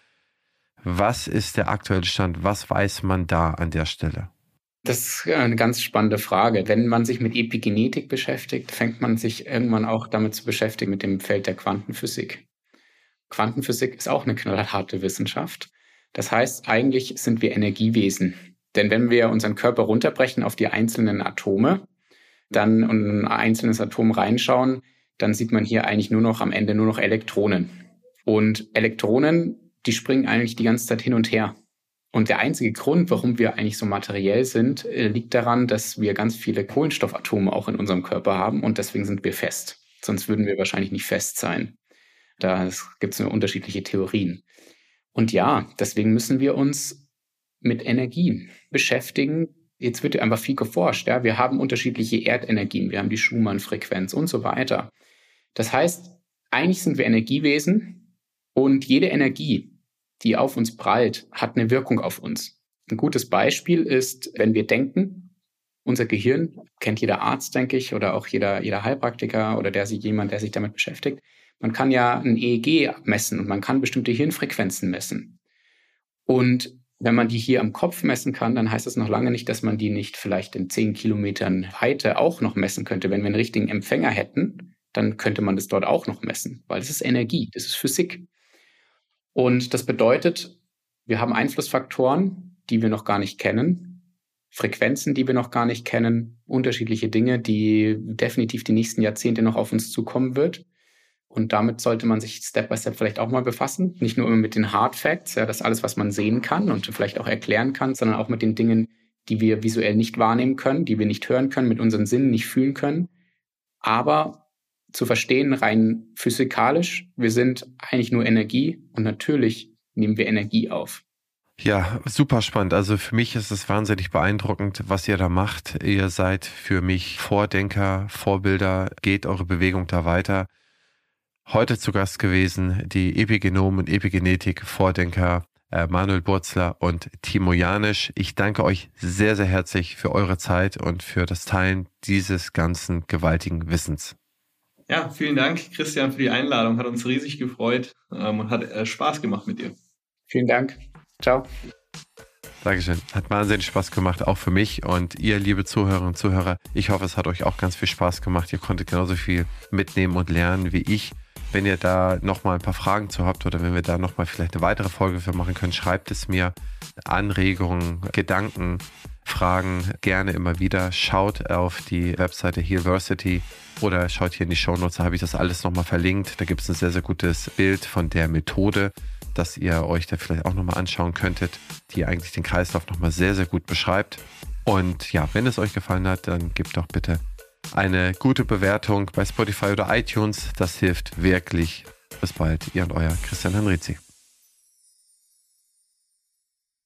Was ist der aktuelle Stand? Was weiß man da an der Stelle? Das ist eine ganz spannende Frage. Wenn man sich mit Epigenetik beschäftigt, fängt man sich irgendwann auch damit zu beschäftigen mit dem Feld der Quantenphysik. Quantenphysik ist auch eine knallharte Wissenschaft. Das heißt, eigentlich sind wir Energiewesen. Denn wenn wir unseren Körper runterbrechen auf die einzelnen Atome, dann in ein einzelnes Atom reinschauen, dann sieht man hier eigentlich am Ende nur noch Elektronen. Und Elektronen, die springen eigentlich die ganze Zeit hin und her. Und der einzige Grund, warum wir eigentlich so materiell sind, liegt daran, dass wir ganz viele Kohlenstoffatome auch in unserem Körper haben und deswegen sind wir fest. Sonst würden wir wahrscheinlich nicht fest sein. Da gibt es nur unterschiedliche Theorien. Und ja, deswegen müssen wir uns mit Energien beschäftigen. Jetzt wird einfach viel geforscht. Ja? Wir haben unterschiedliche Erdenergien, wir haben die Schumann-Frequenz und so weiter. Das heißt, eigentlich sind wir Energiewesen und jede Energie, die auf uns prallt, hat eine Wirkung auf uns. Ein gutes Beispiel ist, wenn wir denken, unser Gehirn, kennt jeder Arzt, denke ich, oder auch jeder Heilpraktiker oder jemand, der sich damit beschäftigt. Man kann ja ein EEG messen und man kann bestimmte Hirnfrequenzen messen. Und wenn man die hier am Kopf messen kann, dann heißt das noch lange nicht, dass man die nicht vielleicht in 10 Kilometern Weite auch noch messen könnte. Wenn wir einen richtigen Empfänger hätten, dann könnte man das dort auch noch messen, weil das ist Energie, das ist Physik. Und das bedeutet, wir haben Einflussfaktoren, die wir noch gar nicht kennen, Frequenzen, die wir noch gar nicht kennen, unterschiedliche Dinge, die definitiv die nächsten Jahrzehnte noch auf uns zukommen wird. Und damit sollte man sich Step by Step vielleicht auch mal befassen. Nicht nur immer mit den Hard Facts, ja, das alles, was man sehen kann und vielleicht auch erklären kann, sondern auch mit den Dingen, die wir visuell nicht wahrnehmen können, die wir nicht hören können, mit unseren Sinnen nicht fühlen können. Aber zu verstehen, rein physikalisch, wir sind eigentlich nur Energie und natürlich nehmen wir Energie auf. Ja, super spannend. Also für mich ist es wahnsinnig beeindruckend, was ihr da macht. Ihr seid für mich Vordenker, Vorbilder, geht eure Bewegung da weiter. Heute zu Gast gewesen, die Epigenom- und Epigenetik-Vordenker Manuel Burzler und Timo Janisch. Ich danke euch sehr, sehr herzlich für eure Zeit und für das Teilen dieses ganzen gewaltigen Wissens. Ja, vielen Dank, Christian, für die Einladung. Hat uns riesig gefreut und hat Spaß gemacht mit dir. Vielen Dank. Ciao. Dankeschön. Hat wahnsinnig Spaß gemacht, auch für mich und ihr, liebe Zuhörerinnen und Zuhörer. Ich hoffe, es hat euch auch ganz viel Spaß gemacht. Ihr konntet genauso viel mitnehmen und lernen wie ich. Wenn ihr da nochmal ein paar Fragen zu habt oder wenn wir da nochmal vielleicht eine weitere Folge für machen können, schreibt es mir. Anregungen, Gedanken, Fragen gerne immer wieder. Schaut auf die Webseite Healversity oder schaut hier in die Shownotes, da habe ich das alles nochmal verlinkt. Da gibt es ein sehr, sehr gutes Bild von der Methode, dass ihr euch da vielleicht auch nochmal anschauen könntet, die eigentlich den Kreislauf nochmal sehr, sehr gut beschreibt. Und ja, wenn es euch gefallen hat, dann gebt doch bitte eine gute Bewertung bei Spotify oder iTunes. Das hilft wirklich. Bis bald, ihr und euer Christian Henrizi.